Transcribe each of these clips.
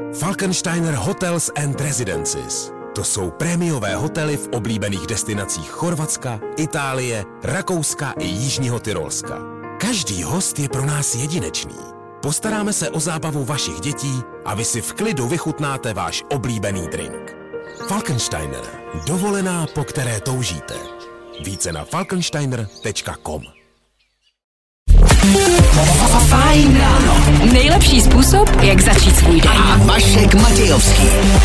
Falkensteiner Hotels and Residences. To jsou prémiové hotely v oblíbených destinacích Chorvatska, Itálie, Rakouska i Jižního Tyrolska. Každý host je pro nás jedinečný. Postaráme se o zábavu vašich dětí a vy si v klidu vychutnáte váš oblíbený drink. Falkensteiner. Dovolená, po které toužíte. Více na falkensteiner.com. Fajn ráno. Nejlepší způsob, jak začít svůj den. A Vašek Matějovský.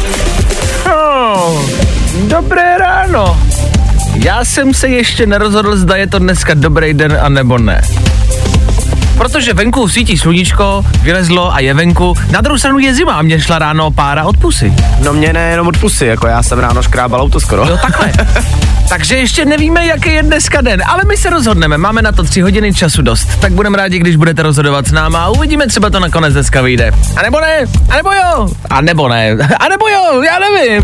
Dobré ráno. Já jsem se ještě nerozhodl, zda je to dneska dobrý den, anebo ne. Protože venku svítí sluníčko, vylezlo a je venku. Na druhou stranu je zima a mě šla ráno pára od pusy. No mě ne jenom od pusy, jako já jsem ráno škrábal auto skoro. Jo, takhle. Takže ještě nevíme, jaký je dneska den, ale my se rozhodneme, máme na to 3 hodiny času dost, tak budeme rádi, když budete rozhodovat s náma a uvidíme, třeba to nakonec dneska vyjde. A nebo ne, a nebo jo, a nebo ne, a nebo jo, já nevím.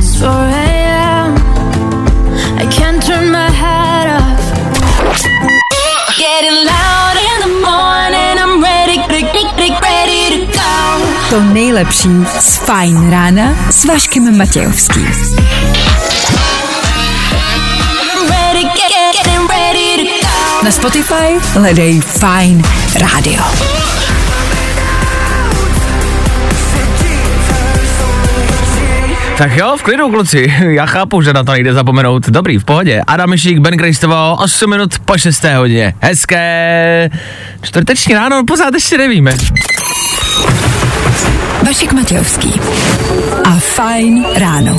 To nejlepší z Fajn rána s Vaškem Matějovským. Na Spotify hledej Fajn rádio. Tak jo, v klidu, kluci, já chápu, že na to nejde zapomenout. Dobrý, v pohodě. Adam Myšík, Ben Krejstovo, 8 minut po 6. hodině. Hezké čtvrteční ráno, pořád ještě nevíme. Vašek Matějovský a Fajn ráno.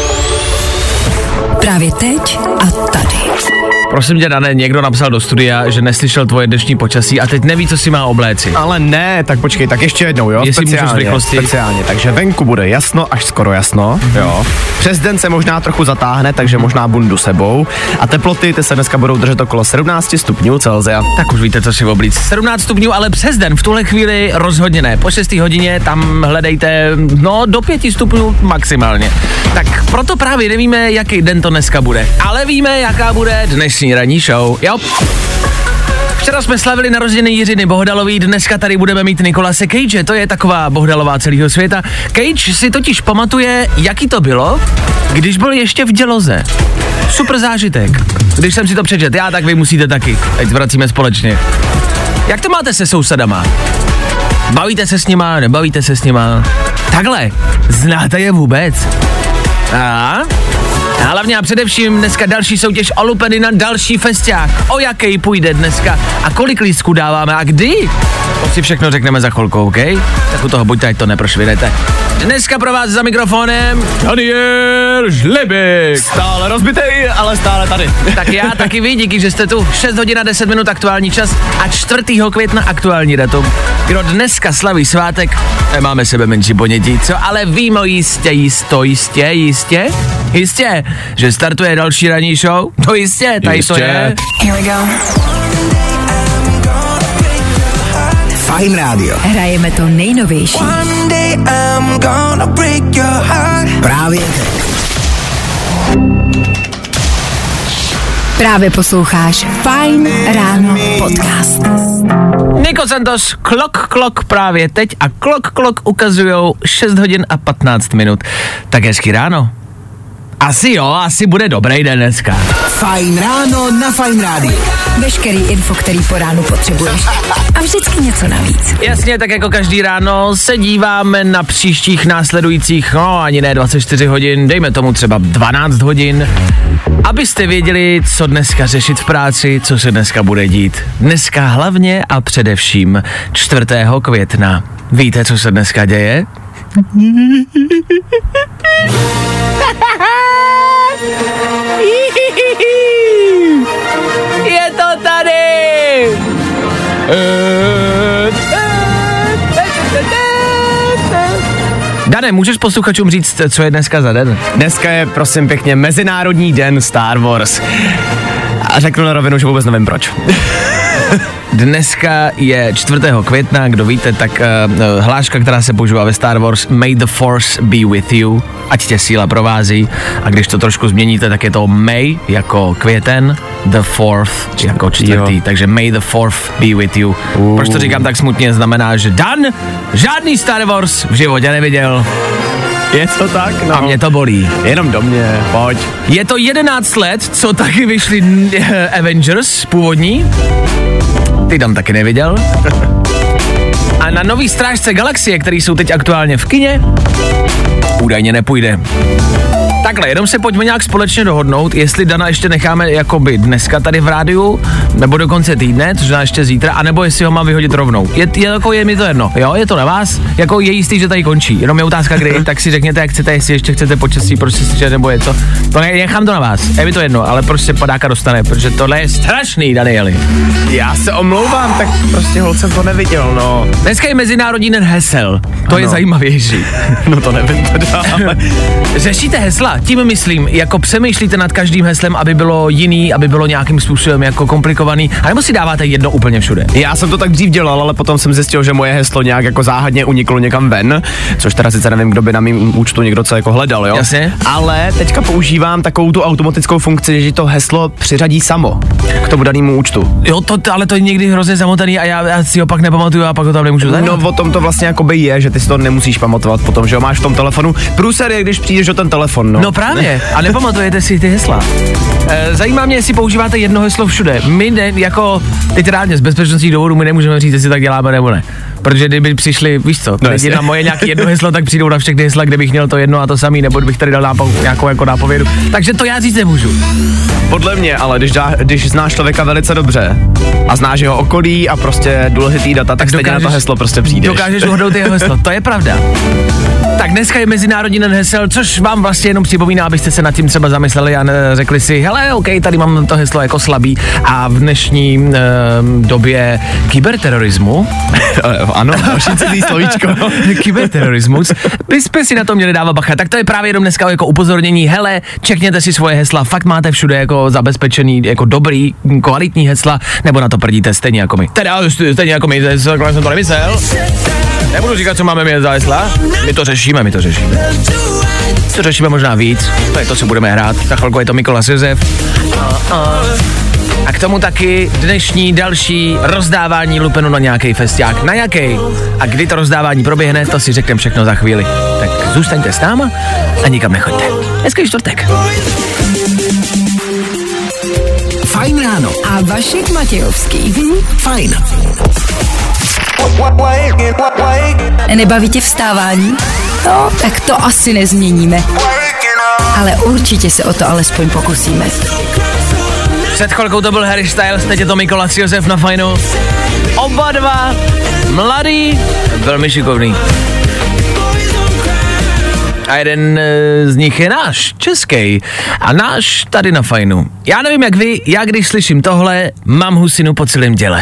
Právě teď a tady. Prosím tě, Dané, někdo napsal do studia, že neslyšel tvoje dnešní počasí a teď neví, co si má obléci. Ale ne, tak počkej, tak ještě jednou, jo? Jestli můžeš v rychlosti. Speciálně, takže venku bude jasno až skoro jasno, jo. Přes den se možná trochu zatáhne, takže možná bundu sebou. A teploty ty se dneska budou držet okolo 17 stupňů Celsia. Tak už víte, co si oblíct. 17 stupňů, ale přes den v tuhle chvíli rozhodně ne. Po 6. hodině tam hledejte, do 5 stupňů maximálně. Tak proto právě nevíme, jaký den to dneska bude. Ale víme, jaká bude dnešní ranní show. Jo. Včera jsme slavili narozeniny Jiřiny Bohdalový, dneska tady budeme mít Nicolase Cage, to je taková Bohdalová celého světa. Cage si totiž pamatuje, jaký to bylo, když byl ještě v děloze. Super zážitek. Když jsem si to přečet, já tak vy musíte taky. Teď vracíme společně. Jak to máte se sousedama? Bavíte se s nima, nebavíte se s nima? Takhle, znáte je vůbec? A hlavně a především dneska další soutěž o lupeny na další festiák. O jaký půjde dneska a kolik lístků dáváme a kdy? To si všechno řekneme za chvilku, OK? Tak u toho buďte, ať to neprošvidete. Dneska pro vás za mikrofonem Daniel Žlebek. Stále rozbitej, ale stále tady. Tak já taky vy, díky, že jste tu. 6 hodin a 10 minut aktuální čas a 4. května aktuální datum. Kdo dneska slaví svátek, nemáme sebe menší ponětí, co? Ale víme jistě, že startuje další ranní show. To jistě, tady to je. Here we go. Fajn rádio. Hrajeme to nejnovější. Právě teď. Právě posloucháš Fajn ráno podcast. Niko Santos, klok právě teď a klok ukazujou 6 hodin a 15 minut. Tak hezký ráno. Asi bude dobrý den dneska. Fajn ráno na Fajn rádiu. Veškerý info, který po ránu potřebuješ. A vždycky něco navíc. Jasně, tak jako každý ráno se díváme na příštích následujících, ani ne 24 hodin, dejme tomu třeba 12 hodin, abyste věděli, co dneska řešit v práci, co se dneska bude dít. Dneska hlavně a především 4. května. Víte, co se dneska děje? Je to tady! Dane, můžeš posluchačům říct, co je dneska za den? Dneska je, prosím pěkně, Mezinárodní den Star Wars. A řeknu na rovinu, že vůbec nevím proč. Dneska je 4. května, kdo víte, tak hláška, která se používá ve Star Wars, May the Force be with you, ať tě síla provází. A když to trošku změníte, tak je to May jako květen, the fourth jako 4. Takže May the fourth be with you. Proč to říkám tak smutně, znamená, že Dan žádný Star Wars v životě neviděl. Je to tak, no. A mě to bolí. Jenom do mě, pojď. Je to 11 let, co taky vyšli Avengers původní. Ty tam taky neviděl. A na nový Strážce galaxie, který jsou teď aktuálně v kině, údajně nepůjde. Takhle, jenom se pojďme nějak společně dohodnout, jestli Dana ještě necháme jakoby dneska tady v rádiu, nebo do konce týdne, což znamená ještě zítra, anebo jestli ho mám vyhodit rovnou. Je mi to jedno, jo, je to na vás, jako je jistý, že tady končí, jenom je otázka kdy, tak si řekněte, jak chcete, jestli ještě chcete počasí, prostě slyšet, nebo je to. To nechám to na vás, je mi to jedno, ale prostě padáka dostane, protože tohle je strašný, Danieli. Já se omlouvám, tak prostě hol jsem to neviděl, no. Dneska je Mezinárodní den hesel, to ano. je zajímavější. No to nevím teda, ale... Řešíte hesla? Tím myslím, jako přemýšlíte nad každým heslem, aby bylo jiný, aby bylo nějakým způsobem jako komplikovaný, anebo si dáváte jedno úplně všude? Já jsem to tak dřív dělal, ale potom jsem zjistil, že moje heslo nějak jako záhadně uniklo někam ven, což teda sice nevím, kdo by na mým účtu někdo co jako hledal, jo? Jasně. Ale teďka používám takovou tu automatickou funkci, že to heslo přiřadí samo k tomu danému účtu. Jo, ale to je někdy hrozně zamotaný a já si ho pak nepamatuju a pak ho tam nemůžu dát. No o tom to vlastně jakoby je, že ty si to nemusíš pamatovat potom, že ho máš v tom telefonu. Průser je, když přijdeš do ten telefon, no. No právě, a nepamatujete si ty hesla. Zajímá mě, jestli používáte jedno heslo všude. My jako teď reálně z bezpečnostních důvodů my nemůžeme říct, jestli tak děláme nebo ne. Protože kdyby přišli, víš co, lidi na moje nějaké jedno heslo, tak přijdou na všechny hesla, kde bych měl to jedno a to samý, nebo bych tady dal nějakou jako nápovědu. Takže to já říct nemůžu. Podle mě, ale když znáš člověka velice dobře a znáš jeho okolí a prostě důležitý data, tak stejně na to heslo prostě přijdeš. Dokážeš uhodnout jeho heslo, to je pravda. Tak dneska je Mezinárodní den hesel, což vám vlastně jenom připomíná, abyste se nad tím třeba zamysleli a řekli si, hele, OK, tady mám to heslo jako slabý a v dnešní době kyberterorismu, ano, další cizí slovíčko. Kyberterorismus, byste si na to měli dávat bacha, tak to je právě jenom dneska jako upozornění, hele, čekněte si svoje hesla, fakt máte všude jako zabezpečený, jako dobrý, kvalitní hesla, nebo na to prdíte stejně jako my. Teda stejně jako my, takhle jsem to nemyslel. Nebudu říkat, co máme mít za hesla, my to řešíme. To řešíme možná víc, to je to, co budeme hrát, za chvilku je to Mikolas Josef. A k tomu taky dnešní další rozdávání lupenu na nějaký festiák. Na jaký? A kdy to rozdávání proběhne, to si řekneme všechno za chvíli. Tak zůstaňte s náma a nikam nechoďte. Dneska je čtvrtek. Fajn ráno. A Vašek Matějovský. Fajn. Nebaví tě vstávání? No, tak to asi nezměníme. Ale určitě se o to alespoň pokusíme. Před chvilkou to byl Harry Styles, teď je to Mikolas Josef na Fajnu. Oba dva mladý, velmi šikovný. A jeden z nich je náš, český. A náš tady na Fajnu. Já nevím jak vy, já když slyším tohle, mám husinu po celém těle.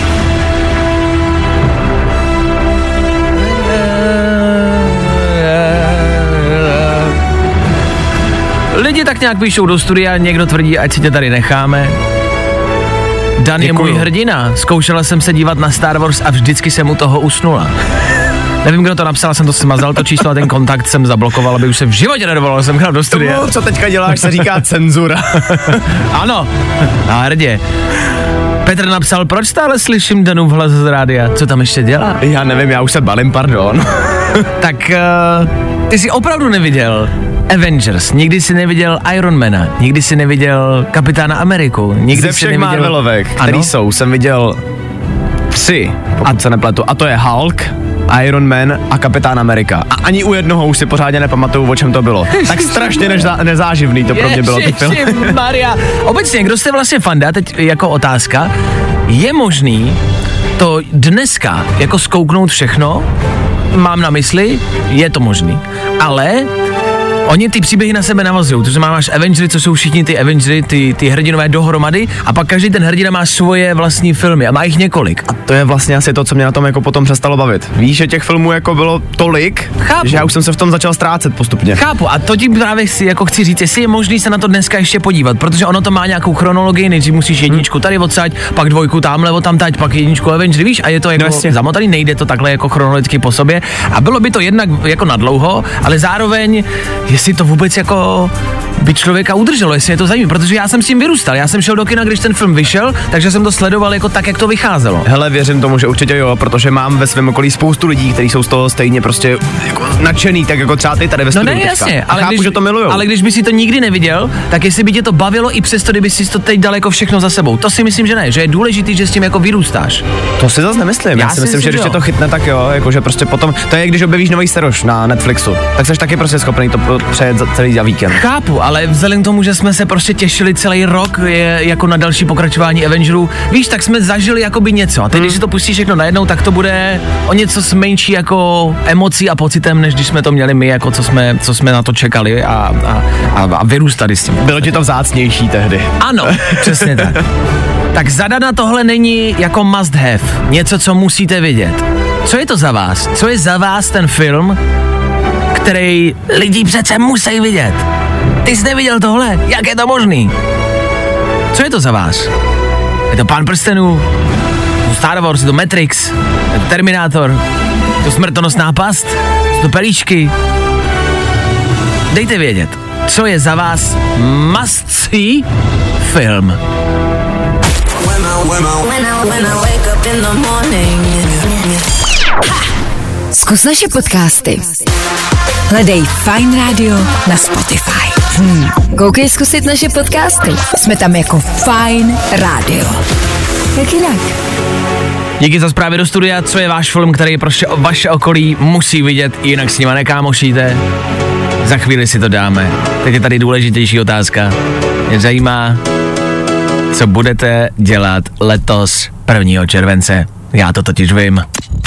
Lidi tak nějak píšou do studia, někdo tvrdí, ať si tě tady necháme. Dan je můj hrdina. Zkoušela jsem se dívat na Star Wars a vždycky jsem u toho usnula. Nevím, kdo to napsal, jsem to smazal, to číslo a ten kontakt jsem zablokoval, aby už se v životě nedovolil, jsem hrál do studia. Tomu, co teďka děláš, se říká cenzura. Ano, na hrdě. Petr napsal, proč stále slyším Danův hlas z rádia? Co tam ještě dělá? Já nevím, já už se balím, pardon. Tak ty jsi opravdu neviděl Avengers, nikdy si neviděl Ironmana, nikdy si neviděl Kapitána Ameriku, nikdy ze všech Marvelovek, který jsou, jsem viděl 3, pokud se nepletu, a to je Hulk, Iron Man a Kapitán Amerika. A ani u jednoho už si pořádně nepamatuju, o čem to bylo. Tak strašně nezáživný to pro mě bylo ty film. Maria. Obecně, kdo jste vlastně fanda, teď jako otázka, je možný to dneska jako zkouknout všechno, mám na mysli, je to možný, ale oni ty příběhy na sebe navazují, to znamená, máš Avengery, co jsou všichni ty Avengery, ty hrdinové dohromady a pak každý ten hrdina má svoje vlastní filmy a má jich několik. A to je vlastně asi to, co mě na tom jako potom přestalo bavit. Víš, že těch filmů jako bylo tolik, že já už jsem se v tom začal ztrácet postupně. Chápu a to tím právě si jako chci říct, jestli je možný se na to dneska ještě podívat, protože ono to má nějakou chronologii, nejdřív musíš jedničku tady odsaď, pak dvojku tamhle odtamtať, pak jedničku Avengery, víš, a je to jako zamotaný, nejde to takhle jako chronologicky po sobě a bylo by to jednak jako nadlouho, ale zároveň jestli to vůbec jako by člověka udrželo, jestli je to zajímavé, protože já jsem s tím vyrůstal, já jsem šel do kina, když ten film vyšel, takže jsem to sledoval jako tak, jak to vycházelo. Hele, věřím tomu, že určitě jo, protože mám ve svém okolí spoustu lidí, kteří jsou z toho stejně prostě jako nadšený, tak jako třeba ty tady ve studiu. No ne, jasně, ale chápu, že to milujou. Ale když by si to nikdy neviděl, tak jestli by tě to bavilo i přesto, kdyby si to teď dal jako všechno za sebou. To si myslím, že ne, že je důležitý, že s tím jako vyrůstáš. To si zase nemyslím. Já si myslím, že když tě to chytne, tak jo, jakože prostě potom, to je když objevíš nový Seroš na Netflixu, tak jsi taky prostě schopný to přejet za celý za víkend. Chápu, ale vzhledem k tomu, že jsme se prostě těšili celý rok jako na další pokračování Avengerů, víš, tak jsme zažili jakoby něco. A teď, když si to pustíš všechno najednou, tak to bude o něco s menší jako emocí a pocitem, než když jsme to měli my, jako co jsme na to čekali a vyrůstali s tím. Bylo ti to vzácnější tehdy. Ano, přesně tak. Tak Zadana tohle není jako must have, něco, co musíte vidět. Co je to za vás? Co je za vás ten film, který lidi přece musí vidět? Ty jsi neviděl tohle? Jak je to možný? Co je to za vás? Je to Pán prstenů? Je to Star Wars? Je to Matrix? Je to Terminátor? Je to Smrtonosná past? Je to Pelíšky? Dejte vědět, co je za vás must see film. Zkus naše podcasty. Hledej Fine Radio na Spotify. Koukej zkusit naše podcasty. Jsme tam jako Fine Radio. Jak jinak? Díky za zprávy do studia, co je váš film, který prostě vaše okolí musí vidět, jinak s nima nekámošíte. Za chvíli si to dáme. Teď je tady důležitější otázka. Mě zajímá, co budete dělat letos 1. července. Já to totiž vím.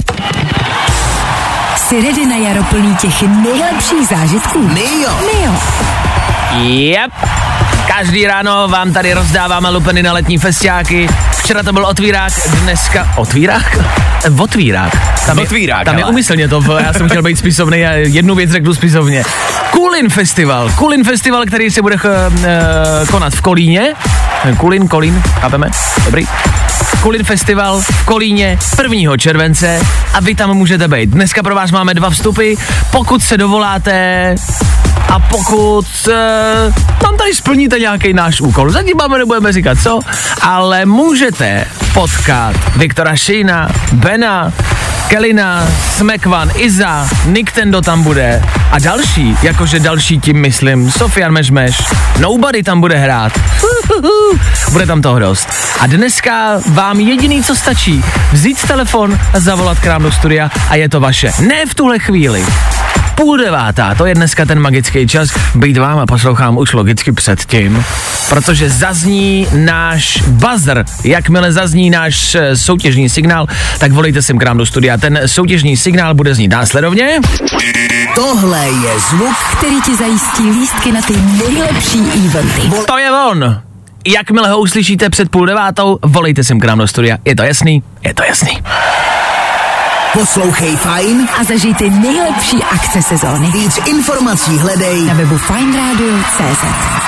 Jsi ready na jaro plný těch nejlepších zážitků? Mio. Yep. Každý ráno vám tady rozdáváme lupeny na letní festiáky. Včera to byl otvírák, dneska... Otvírák? Otvírák. Tam je umyslně to, já jsem chtěl být spisovný a jednu věc řeknu spisovně. Kulin festival, který se bude konat v Kolíně. Kolín, chápeme? Dobrý. Kulin festival v Kolíně 1. července a vy tam můžete být. Dneska pro vás máme 2 vstupy, pokud se dovoláte a pokud tam tady splníte nějaký náš úkol. Zatím máme nebudeme říkat co, ale můžete potkat Viktora Sheena, Bena, Kelina, Smekvan, Iza, Niktendo tam bude a další, jakože další tím myslím, Sofian Mešmeš, Nobody tam bude hrát. Bude tam toho dost. A dneska vám jediný, co stačí, vzít telefon a zavolat k nám do studia a je to vaše. Ne v tuhle chvíli. 8:30, to je dneska ten magický čas, být vám a poslouchám už logicky předtím, protože zazní náš buzzer, jakmile zazní náš soutěžní signál, tak volejte sem k nám do studia, ten soutěžní signál bude znít následovně. Tohle je zvuk, Který ti zajistí lístky na ty nejlepší eventy. To je on! Jakmile ho uslyšíte před 8:30, volejte sem k nám do studia, je to jasný? Je to jasný. Poslouchej Fajn A zažijte nejlepší akce sezóny. Víc informací hledej Na webu fineradio.cz.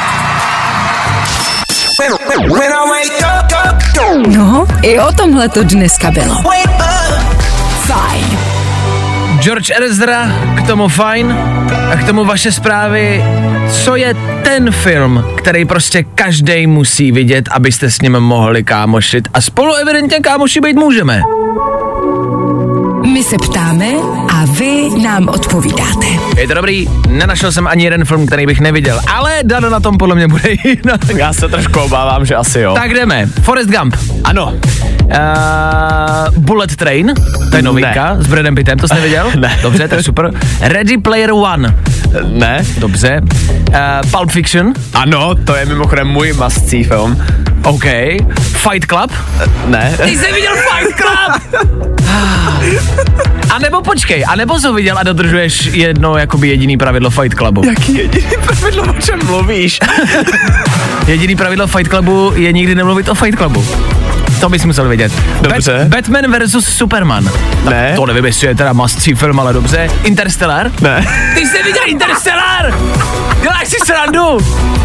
No, i o tomhle to dneska bylo. Fajn. George Ezra, k tomu Fajn a k tomu vaše zprávy, co je ten film, který prostě každej musí vidět, abyste s ním mohli kámošit a spolu evidentně kámoši být můžeme. My se ptáme a vy nám odpovídáte. Je to dobrý, nenašel jsem ani jeden film, který bych neviděl, ale Dano na tom podle mě bude jinak. Já se trošku obávám, že asi jo. Tak jdeme, Forrest Gump. Ano. Bullet Train, to je novinka, s Bradem Pittem, to jsi neviděl? Ne. Dobře, to je super. Ready Player One. Ne. Dobře. Pulp Fiction. Ano, to je mimochodem můj must-see film. OK. Fight Club. Ne. Ty jsi viděl Fight Club? A nebo počkej, a nebo jsi ho viděl a dodržuješ jedno jakoby jediný pravidlo Fight Clubu. Jaký jediný pravidlo, o čem mluvíš? Jediný pravidlo Fight Clubu je nikdy nemluvit o Fight Clubu. To bys musel vědět. Dobře. Batman vs. Superman. Ne. Tak to nevím, jestli je teda must-see film, ale dobře. Interstellar? Ne. Ty jsi viděl Interstellar? Děláš si srandu?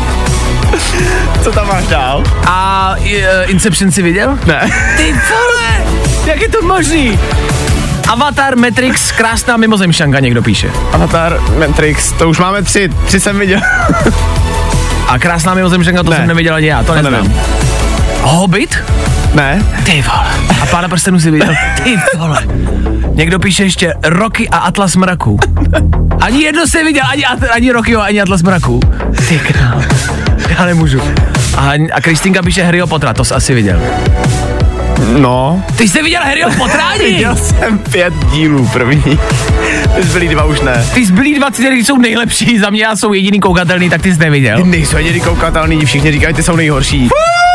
Co tam máš dál? A Inception si viděl? Ne. Ty vole, jak je to možný? Avatar, Matrix, krásná mimozemšťanka, někdo píše. Avatar, Matrix, to už máme 3 jsem viděl. A krásná mimozemšťanka, to jsem neviděl ani já, to neznám. Hobbit? Ne. Ty vole. A Pána prstenů si viděl? Ty vole. Někdo píše ještě Rocky a Atlas mraků. Ani jedno si viděl, ani Rockyho, ani Atlas mraků. Ty král. Já nemůžu. A Kristýnka píše Harryho Pottera, to jsi asi viděl. No. Ty jsi viděl Harryho Pottera? Viděl jsem 5 dílů první. Ty zbylý 2 už ne. Ty zbylý 2, který jsou nejlepší, za mě a jsou jediný koukatelný, tak ty jsi neviděl. Ty nejsou jediný koukatelný, všichni říkají, ty jsou nejhorší.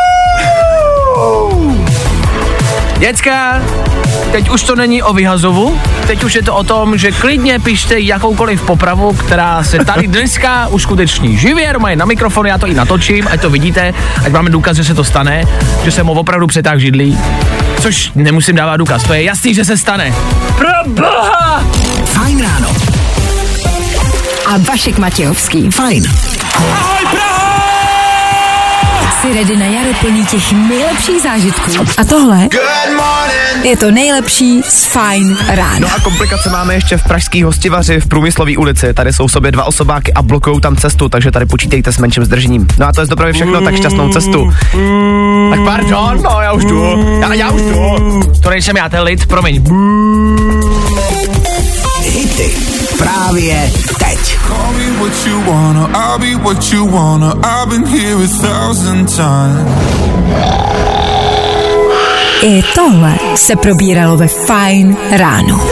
Děcka, teď už to není o vyhazovu, teď už je to o tom, že klidně pište jakoukoliv popravu, která se tady dneska uskuteční živě, mají na mikrofon, já to i natočím, ať to vidíte, ať máme důkaz, že se to stane, že jsem ho opravdu přetáhl židlí, což nemusím dávat důkaz, to je jasný, že se stane. Proboha! Fajn ráno. A Vašek Matějovský. Fajn. Ahoj Praho! Jsi ready na jaro plný těch nejlepších zážitků. A tohle je to nejlepší z Fajn rána. No a komplikace máme ještě v pražský Hostivaři v Průmyslové ulici. Tady jsou v sobě 2 osobáky a blokují tam cestu, takže tady počítejte s menším zdržením. No a to je dopravy všechno, tak šťastnou cestu. Tak pardon, no já už jdu. Já už jdu. To nejsem já, ten lid, promiň. Hity právě teď. I tohle se probíralo ve Fajn ráno.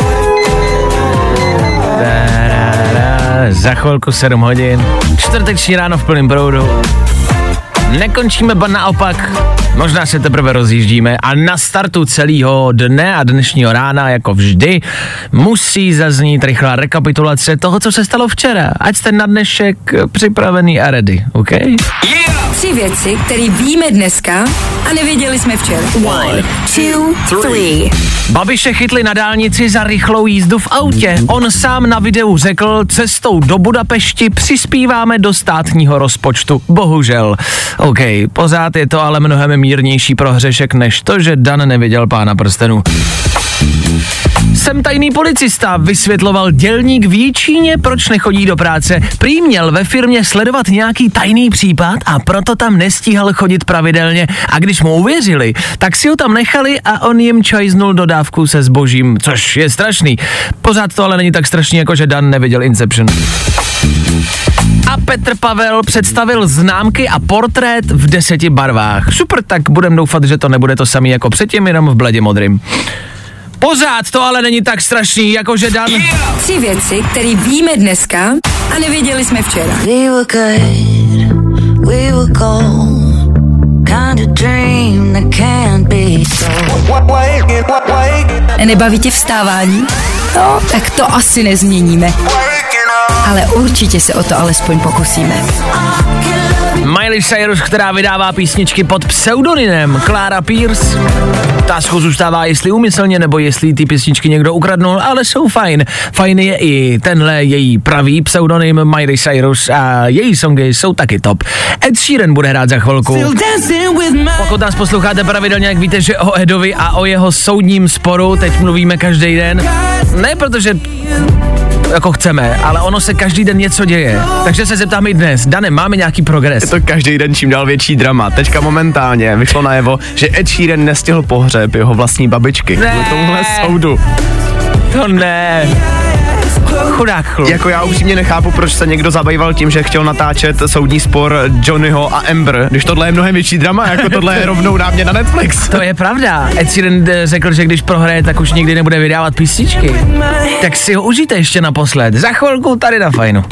Za chvilku 7 hodin, čtvrteční ráno v plném proudu. Nekončíme, ba naopak, možná se teprve rozjíždíme a na startu celého dne a dnešního rána, jako vždy, musí zaznít rychlá rekapitulace toho, co se stalo včera. Ať jste na dnešek připravený a ready, OK? Yeah! 3 věci, které víme dneska a nevěděli jsme včera. 1, 2, 3. Babiše chytli na dálnici za rychlou jízdu v autě. On sám na videu řekl, cestou do Budapešti přispíváme do státního rozpočtu. Bohužel. OK, pořád je to ale mnohem mírnější prohřešek, než to, že Dan neviděl Pána prstenů. Jsem tajný policista, vysvětloval dělník v Jičíně, proč nechodí do práce. Prý měl ve firmě sledovat nějaký tajný případ a proto tam nestíhal chodit pravidelně. A když mu uvěřili, tak si ho tam nechali a on jim čajznul dodávku se zbožím, což je strašný. Pořád to ale není tak strašný, jako že Dan neviděl Inception. A Petr Pavel představil známky a portrét v 10 barvách. Super, tak budem doufat, že to nebude to samý jako předtím, jenom v bledě modrým. Pořád to ale není tak strašný, jakože Dan. 3 věci, které víme dneska a nevěděli jsme včera. Nebaví tě vstávání? No, tak to asi nezměníme. Ale určitě se o to alespoň pokusíme. Miley Cyrus, která vydává písničky pod pseudonymem Clara Pierce. Otázkou zůstává, jestli úmyslně, nebo jestli ty písničky někdo ukradnul, ale jsou fajn. Fajn je i tenhle její pravý pseudonym Miley Cyrus a její songy jsou taky top. Ed Sheeran bude hrát za chvilku. Pokud nás posloucháte pravidelně, jak víte, že o Edovi a o jeho soudním sporu teď mluvíme každý den. Ne protože jako chceme, ale ono se každý den něco děje. Takže se zeptáme i dnes. Dane, máme nějaký progres? Je to každý den čím dál větší drama. Teďka momentálně vyšlo najevo, že Ed Sheeran nestihl pohřeb jeho vlastní babičky. Kvůli tomuhle soudu. To ne. Chudák chluk. Jako já upřímně nechápu, proč se někdo zabýval tím, že chtěl natáčet soudní spor Johnnyho a Amber, když tohle je mnohem větší drama, jako tohle je rovnou námě na Netflix. To je pravda. Ed Sheeran řekl, že když prohraje, tak už nikdy nebude vydávat písničky. Tak si ho užijte ještě naposled. Za chvilku tady na Fajnu.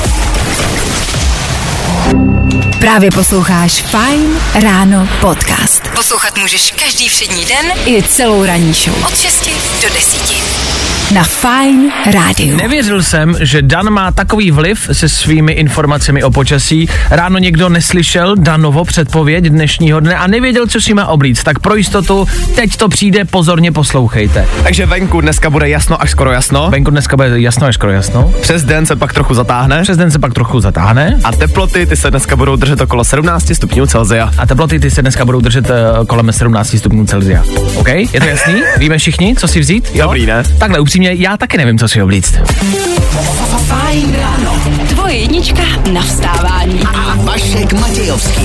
Právě posloucháš Fajn ráno podcast. Poslouchat můžeš každý všední den i celou ranní show. Od 6 do 10. na Fajn rádiu. Nevěřil jsem, že Dan má takový vliv se svými informacemi o počasí. Ráno někdo neslyšel Danovo předpověď dnešního dne a nevěděl, co si má oblíct. Tak pro jistotu, teď to přijde, pozorně poslouchejte. Takže venku dneska bude jasno až skoro jasno. Venku dneska bude jasno až skoro jasno. Přes den se pak trochu zatáhne. A teploty ty se dneska budou držet okolo 17 stupňů Celsia. Kolem 17 stupňů Celsia. OK? Je to jasný? Víme všichni, co si vzít? Jo? Dobrý, ne? Takhle upřímně, já taky nevím, co si oblíct. Fajn ráno. Tvoje jednička na vstávání. A Vašek Matějovský.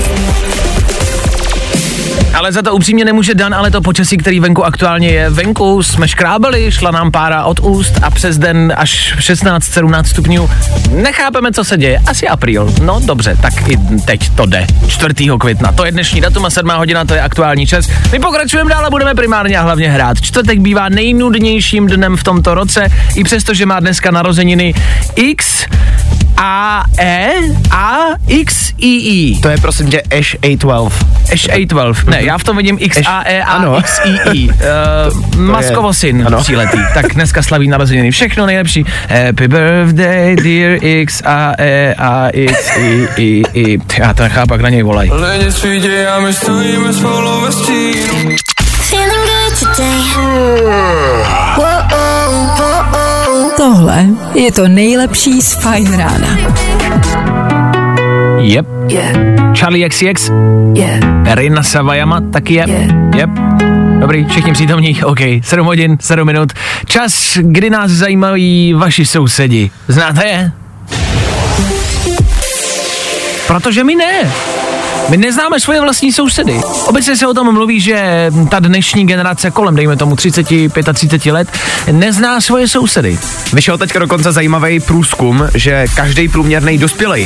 Ale za to upřímně nemůže Dan, ale to počasí, který venku aktuálně je. Venku jsme škrábali, šla nám pára od úst a přes den až 16-17 stupňů. Nechápeme, co se děje. Asi apríl. No dobře, tak i teď to jde. 4. května. To je dnešní datum a 7 hodina, to je aktuální čas. My pokračujeme dál a budeme primárně a hlavně hrát. Čtvrtek bývá nejnudnějším dnem v tomto roce, i přesto, že má dneska narozeniny X A E A X I I. To je prosím tě Ash A12. Ash A12. Ne, já v tom vidím X A E A X I I. Maskovo syn tříletý. Tak dneska slaví narozeniny. Všechno nejlepší. Happy birthday dear X A E A X I I I. Já to nechápu, jak na něj volají. Tohle je to nejlepší z Fajn rána. Yep. Charlie XCX. Rina Savajama taky je. Yep. Dobrý, všichni přítomní, OK, 7 hodin, 7 minut. Čas, kdy nás zajímají vaši sousedi. Znáte je? Protože my ne. My neznáme svoje vlastní sousedy. Obecně se o tom mluví, že ta dnešní generace kolem, dejme tomu 30, 35 let, nezná svoje sousedy. Vyšel teďka dokonce zajímavý průzkum, že každý průměrný dospělej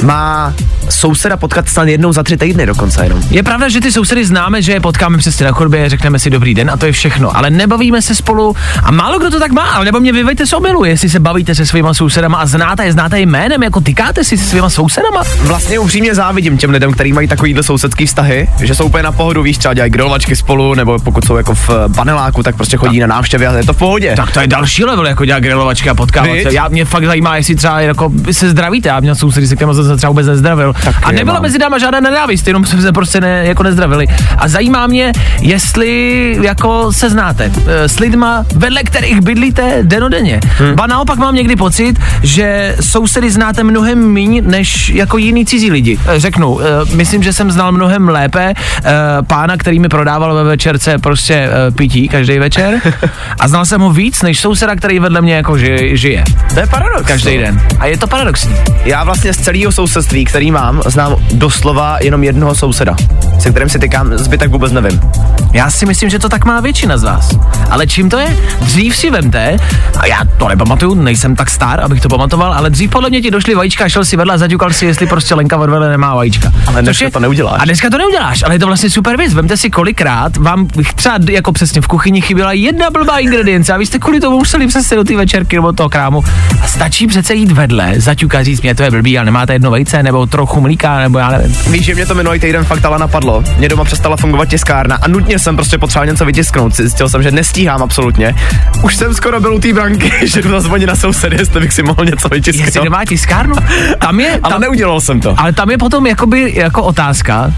má souseda potkat snad jednou za 3 týdny dokonce jenom. Je pravda, že ty sousedy známe, že je potkáme přesně na chodbě, řekneme si dobrý den a to je všechno, ale nebavíme se spolu a málo kdo to tak má, ale nebo mě vyvejte z omylu, jestli se bavíte se svýma sousedama a znáte je jménem, jako tykáte si se svýma sousedama. Vlastně upřímně závidím těm lidem, kteří mají takovýhle sousedský vztahy, že jsou úplně na pohodu, víš, třeba dělají grilovačky spolu, nebo pokud jsou jako v paneláku, tak prostě chodí na návštěvy a je to v pohodě. Tak to je další level, jako dělat grilovačky a potkávat se. Mě fakt zajímá, jestli třeba jako se zdravíte. Já měl sousedy, se kterým se třeba vůbec nezdravil. Tak a nebyla mezi náma žádná nenávist, jenom jsme se prostě jako nezdravili. A zajímá mě, jestli jako se znáte s lidma, vedle kterých bydlíte dennodenně. Ba naopak mám někdy pocit, že sousedy znáte mnohem míň než jako jiný cizí lidi. Řeknu, myslím, že jsem znal mnohem lépe pána, který mi prodával ve večerce prostě pití každý večer a znal jsem ho víc než souseda, který vedle mě jako žije. To je paradox. Každý den. A je to paradoxní. Já vlastně z celého sousedství, který mám, znám doslova jenom jednoho souseda, se kterým si tykám, zbytek vůbec nevím. Já si myslím, že to tak má většina z vás. Ale čím to je? Dřív si vemte, a já to nepamatuju, nejsem tak star, abych to pamatoval, ale dřív podle mě ti došly vajíčka a šel si vedle a zaťukal si, jestli prostě Lenka vedle nemá vajíčka. Ale dneska to neuděláš. A dneska to neuděláš, ale je to vlastně super věc. Vemte si, kolikrát vám třeba jako přesně v kuchyni chyběla jedna blbá ingredience a vy jste kvůli tomu museli přesně do té večerky nebo toho krámu. A stačí přece jít vedle, zaťukat, říct, mě to je blbý, ale nemáte jedno vejce nebo trochu mlíka, nebo já nevím. Víš, že mě to minulý týden fakt ale napadlo. Mě doma přestala fungovat tiskárna a nutně jsem prostě potřeboval něco vytisknout. Zjistil jsem, že nestíhám absolutně. Už jsem skoro byl u té branky, že jdu zazvonit na sousedy, jestli bych si mohl něco vytisknout. Jestli nemá tiskárnu? Ale neudělal jsem to. Ale tam je potom jako otázka,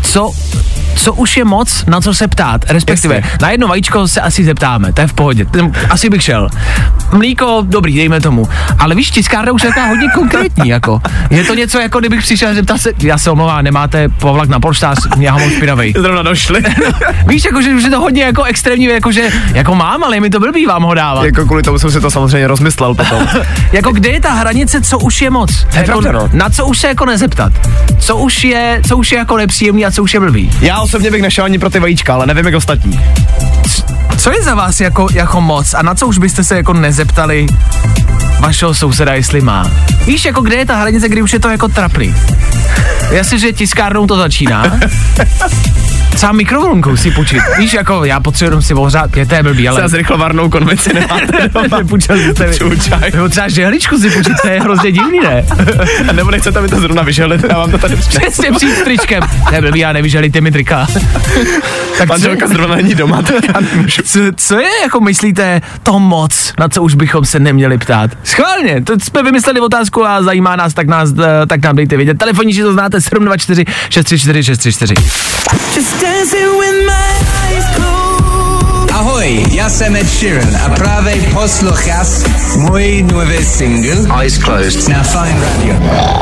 co už je moc, na co se ptát, respektive na jedno vajíčko se asi zeptáme, to je v pohodě, asi bych šel. Mlíko, dobrý, dejme tomu, ale víš, tiskárna už je taková hodně konkrétní, jako. Je to něco, jako kdybych přišel a zeptal se, já se omlouvám, nemáte povlak na polštář, já ho mám špinavej. Zrovna došli. Víš, jako, že už je to hodně jako extrémní, jako že, jako mám, ale je mi to blbý vám ho dávat. Jako kvůli tomu jsem si to samozřejmě rozmyslel potom. Jako kde je ta hranice, co už je moc? Jako, na co už se jako nezeptat? Co už je jako nepříjemný a co už je blbý? Já osobně bych nešel ani pro ty vajíčka, ale nevím jak ostatní. Co je za vás jako moc a na co už byste se jako nezeptali vašeho souseda, jestli má? Víš, jako kde je ta hranice, kdy už je to jako trapný? Jasně, že tiskárnou to začíná. třeba mikrovlnkou si půjčit. Víš, jako já potřebuji jenom si ohřát, je to blbý, ale... Třeba s rychlovarnou konvici nemáte doma. Nebo třeba žehličku si půjčit, to je hrozně divný, ne? A nebo nechcete mi to zrovna vyžehlit, já vám to tady přesně přijít s tričkem. To je blbý, já nevyžehlíte mi trika. Tak manželka zrovna není doma, tak já nemůžu. Co je, jako myslíte, to moc, na co už bychom se neměli ptát? Schválně, to jsme vymysleli otázku a zajímá nás, tak nám dejte vědět. Telefonní číslo znáte 724 634 634. Ahoj, já jsem Ed Sheeran a právě posloucháš můj nový single Eyes Closed na Fine Radio.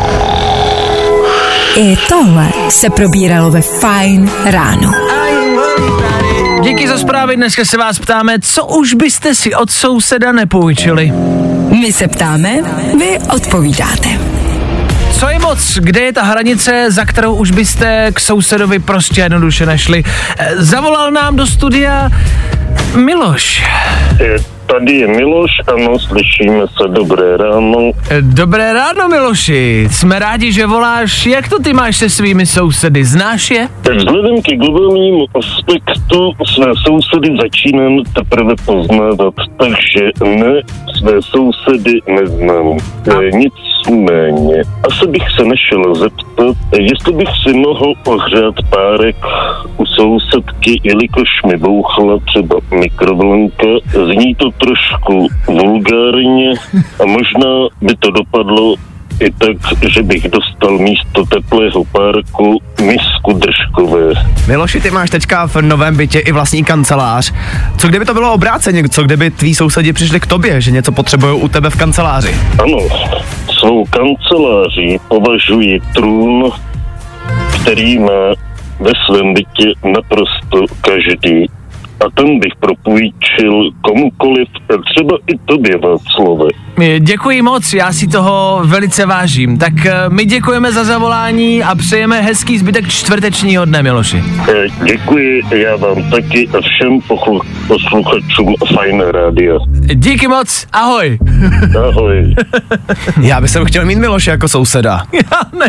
I tohle se probíralo ve Fajn ráno. Díky za zprávy, dneska se vás ptáme, co už byste si od souseda nepůjčili. My se ptáme, vy odpovídáte. Co je moc? Kde je ta hranice, za kterou už byste k sousedovi prostě jednoduše nešli? Zavolal nám do studia Miloš. Tady je Miloš, ano, slyšíme se, dobré ráno. Dobré ráno, Miloši, jsme rádi, že voláš. Jak to ty máš se svými sousedy, znáš je? Vzhledem ke globálnímu aspektu své sousedy začínám teprve poznávat, takže ne, své sousedy neznám. Nicméně, asi bych se nešel zeptat, jestli bych si mohl ohřát párek u sousedky, jelikož mi bouchla třeba mikrovlnka, zní to trošku vulgárně a možná by to dopadlo i tak, že bych dostal místo teplého párku misku držkové. Miloši, ty máš teďka v novém bytě i vlastní kancelář. Co kdyby to bylo obráceně? Co kdyby tví sousedi přišli k tobě, že něco potřebují u tebe v kanceláři? Ano, svou kanceláří považuji trůn, který má ve svém bytě naprosto každý. A ten bych propůjčil komukoliv, třeba i tobě, Václave. Děkuji moc, já si toho velice vážím. Tak my děkujeme za zavolání a přejeme hezký zbytek čtvrtečního dne, Miloši. Děkuji, já vám taky a všem posluchačům Fajn rádia. Díky moc, ahoj. Ahoj. Já bych chtěl mít Miloše jako souseda. Já ne,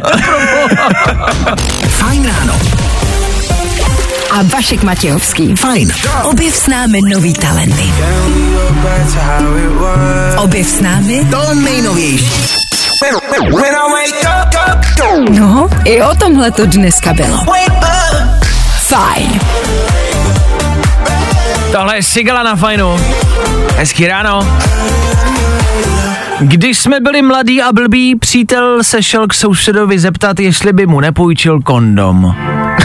Fajn ráno. A Vašek Matějovský. Fajn. Objev s námi nový talenty. Objev s námi To nejnovější. No, i o tomhle to dneska bylo. Fajn. Tohle je Sigala na Fajnu. Hezký ráno. Když jsme byli mladí a blbí, přítel se šel k sousedovi zeptat, jestli by mu nepůjčil kondom.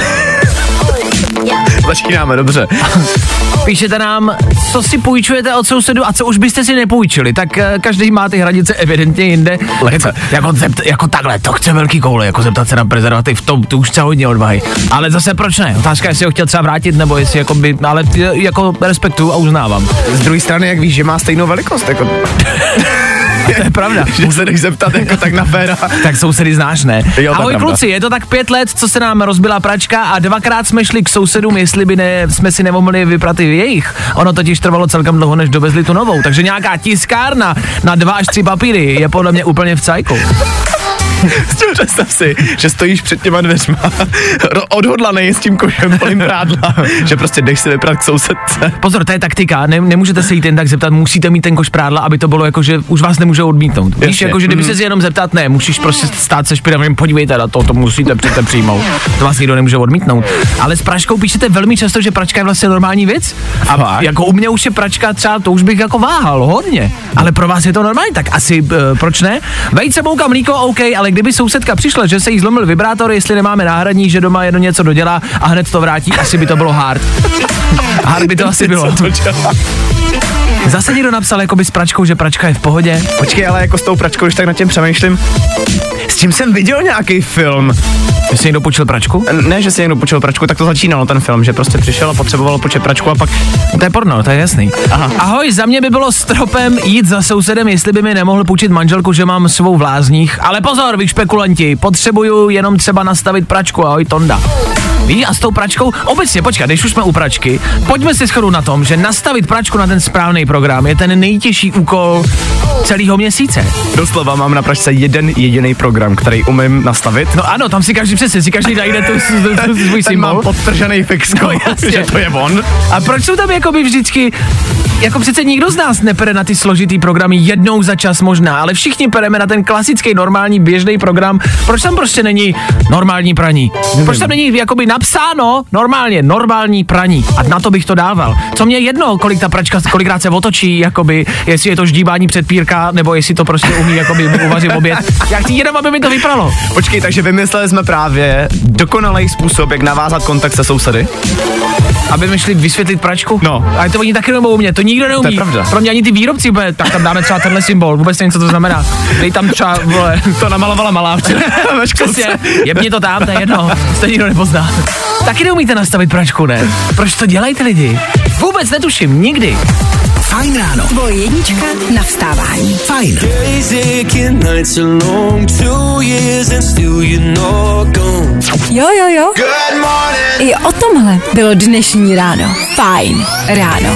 Začínáme, dobře. Píšete nám, co si půjčujete od sousedu a co už byste si nepůjčili. Tak každý má ty hranice evidentně jinde. Jako takhle, to chce velký koule, jako zeptat se na prezervativ, to už chce hodně odvahy. Ale zase proč ne? Otázka, jestli ho chtěl třeba vrátit, nebo jestli jakoby, ale jako respektuju a uznávám. Z druhé strany, jak víš, že má stejnou velikost, jako... To je pravda. Že se jdeš zeptat jako tak na féra. Tak sousedy znáš, ne? Jo, ahoj kluci, je to tak 5 let, co se nám rozbila pračka a 2krát jsme šli k sousedům, jestli by jsme si nemohli vyprat i jejich. Ono totiž trvalo celkem dlouho, než dovezli tu novou, takže nějaká tiskárna na 2 až 3 papíry je podle mě úplně v cajku. Představ si, že stojíš před těma dveřma, odhodlanej s tím košem plným prádla, že prostě jdeš si vyprat k sousedce. Pozor, to je taktika, nemůžete se jít jen tak zeptat, musíte mít ten koš prádla, aby to bylo jako, že už vás nemůžou odmítnout. Víš, jako, že kdyby se jenom zeptat, ne, musíš prostě stát se špinavým, podívejte na to musíte přece přijmout. To vás nikdo nemůže odmítnout. Ale s pračkou píšete velmi často, že pračka je vlastně normální věc. A jako u mě už je pračka třeba, to už bych jako váhal hodně. Ale pro vás je to normální, tak asi proč ne? Vejce, mouka, mlíko, OK, ale kdyby sousedka přišla, že se jí zlomil vibrátor, jestli nemáme náhradní, že doma jenom něco dodělá a hned to vrátí, asi by to bylo hard. Hard by to asi bylo. Zase někdo napsal jakoby s pračkou, že pračka je v pohodě. Počkej, ale jako s tou pračkou, když tak nad tím přemýšlím, s čím jsem viděl nějaký film. Že si někdo půjčil pračku? Ne, že si někdo půjčil pračku, tak to začínalo ten film, že prostě přišel a potřeboval půjčit pračku a pak... To je porno, to je jasný. Aha. Ahoj, za mě by bylo stropem jít za sousedem, jestli by mi nemohl půjčit manželku, že mám svou v lázních. Ale pozor, vy špekulanti, potřebuju jenom třeba nastavit pračku, ahoj Tonda. Víš, a s tou pračkou, obecně, počkat, když už jsme u pračky, pojďme si shodu na tom, že nastavit pračku na ten správný program je ten nejtěžší úkol celého měsíce. Doslova mám na pračce jeden jediný program, který umím nastavit. No ano, tam si každý najde tu svůj symbol. Mám podtržený fixko, že to je on. A proč jsou tam jakoby vždycky, jako přece nikdo z nás nepere na ty složitý programy jednou za čas možná, ale všichni pereme na ten klasický normální běžný program. Proč tam prostě není normální praní? Proč tam není jakoby napsáno normální praní? A na to bych to dával. Co mě jedno, kolik ta pračka kolikrát se otočí, jakoby, jestli je to ždíbání předpírka, nebo jestli to prostě umí jakoby uvařit oběd. Jak ty jenom, aby mi to vypadalo. Počkej, takže vymysleli jsme právě dokonalý způsob, jak navázat kontakt se sousedy. Aby mi šli vysvětlit pračku? No. Ale to oni taky neumou umět, to nikdo neumí. To je pravda. Pro mě ani ty výrobci, tak tam dáme třeba tenhle symbol, vůbec nevím, co to znamená. Dej tam třeba, vole, To namalovala malá včera. přesně, jebni to tam, to je jedno, to nikdo nepozná. Taky neumíte nastavit pračku, ne? Proč to dělají ty lidi? Vůbec netuším, nikdy. Fajn ráno. Tvoje jednička na vstávání. Fajn. Jo. I o tomhle bylo dnešní ráno. Fajn ráno.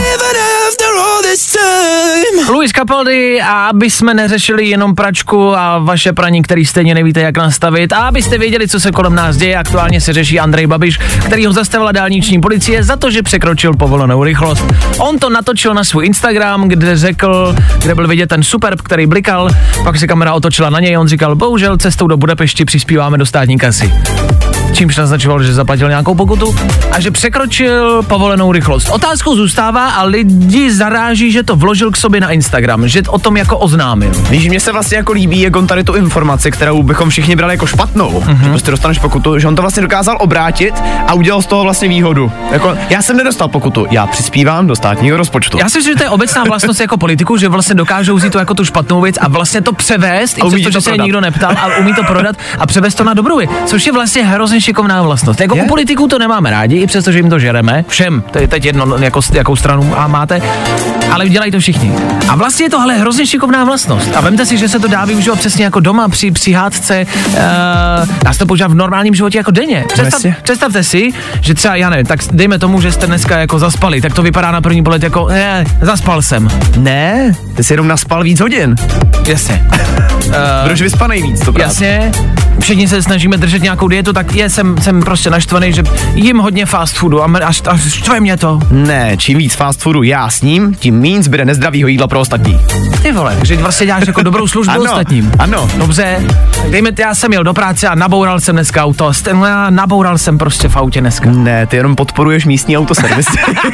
Luis Capaldi, a aby jsme neřešili jenom pračku a vaše praní, který stejně nevíte, jak nastavit, a abyste věděli, co se kolem nás děje, aktuálně se řeší Andrej Babiš, který ho zastavila dálniční policie za to, že překročil povolenou rychlost. On to natočil na svůj Instagram, kde byl vidět ten Superb, který blikal, pak se kamera otočila na něj, on říkal, bohužel cestou do Budapešti přispíváme do státní kasy. Čímž naznačoval, že zaplatil nějakou pokutu a že překročil povolenou rychlost. Otázkou zůstává a lidi zaráží, že to vložil k sobě na Instagram, že o tom jako oznámil. Víš, mně se vlastně jako líbí, jak on tady tu informaci, kterou bychom všichni brali jako špatnou, že prostě dostaneš pokutu, že on to vlastně dokázal obrátit a udělal z toho vlastně výhodu. Jako, já jsem nedostal pokutu, já přispívám do státního rozpočtu. Já si myslím, že to je obecná vlastnost jako politiků, že vlastně dokážou vzít to jako tu špatnou věc a vlastně to převést, i přesto, že se nikdo neptal, ale umí to prodat a převést to na dobrou věc, což je vlastně hrozně šikovná vlastnost. Jako u politiků to nemáme rádi, i přesto, že jim to žereme, všem, to je teď jedno, jakou stranu máte, ale dělají to všichni. A vlastně je to ale hrozně šikovná vlastnost. A vemte si, že se to dá využívat přesně jako doma při hádce, dá se to používat v normálním životě jako denně. Představte si, že třeba, já nevím, tak dejme tomu, že jste dneska jako zaspali, tak to vypadá na první pohled jako, zaspal jsem. Ne, ty jsi jenom naspal víc hodin. Jasně. Budeš vyspanej víc, to právě. Jasně. Všichni se snažíme držet nějakou dietu, tak jsem prostě naštvaný, že jim hodně fast foodu a štve mě to. Ne, čím víc fast foodu já sním, tím méně zbyde nezdravýho jídla pro ostatní. Ty vole, že vlastně děláš jako dobrou službu ostatním. Ano. Dobře, dejme, já jsem jel do práce a naboural jsem dneska auto. Naboural jsem prostě v autě dneska. Ne, ty jenom podporuješ místní autoservis.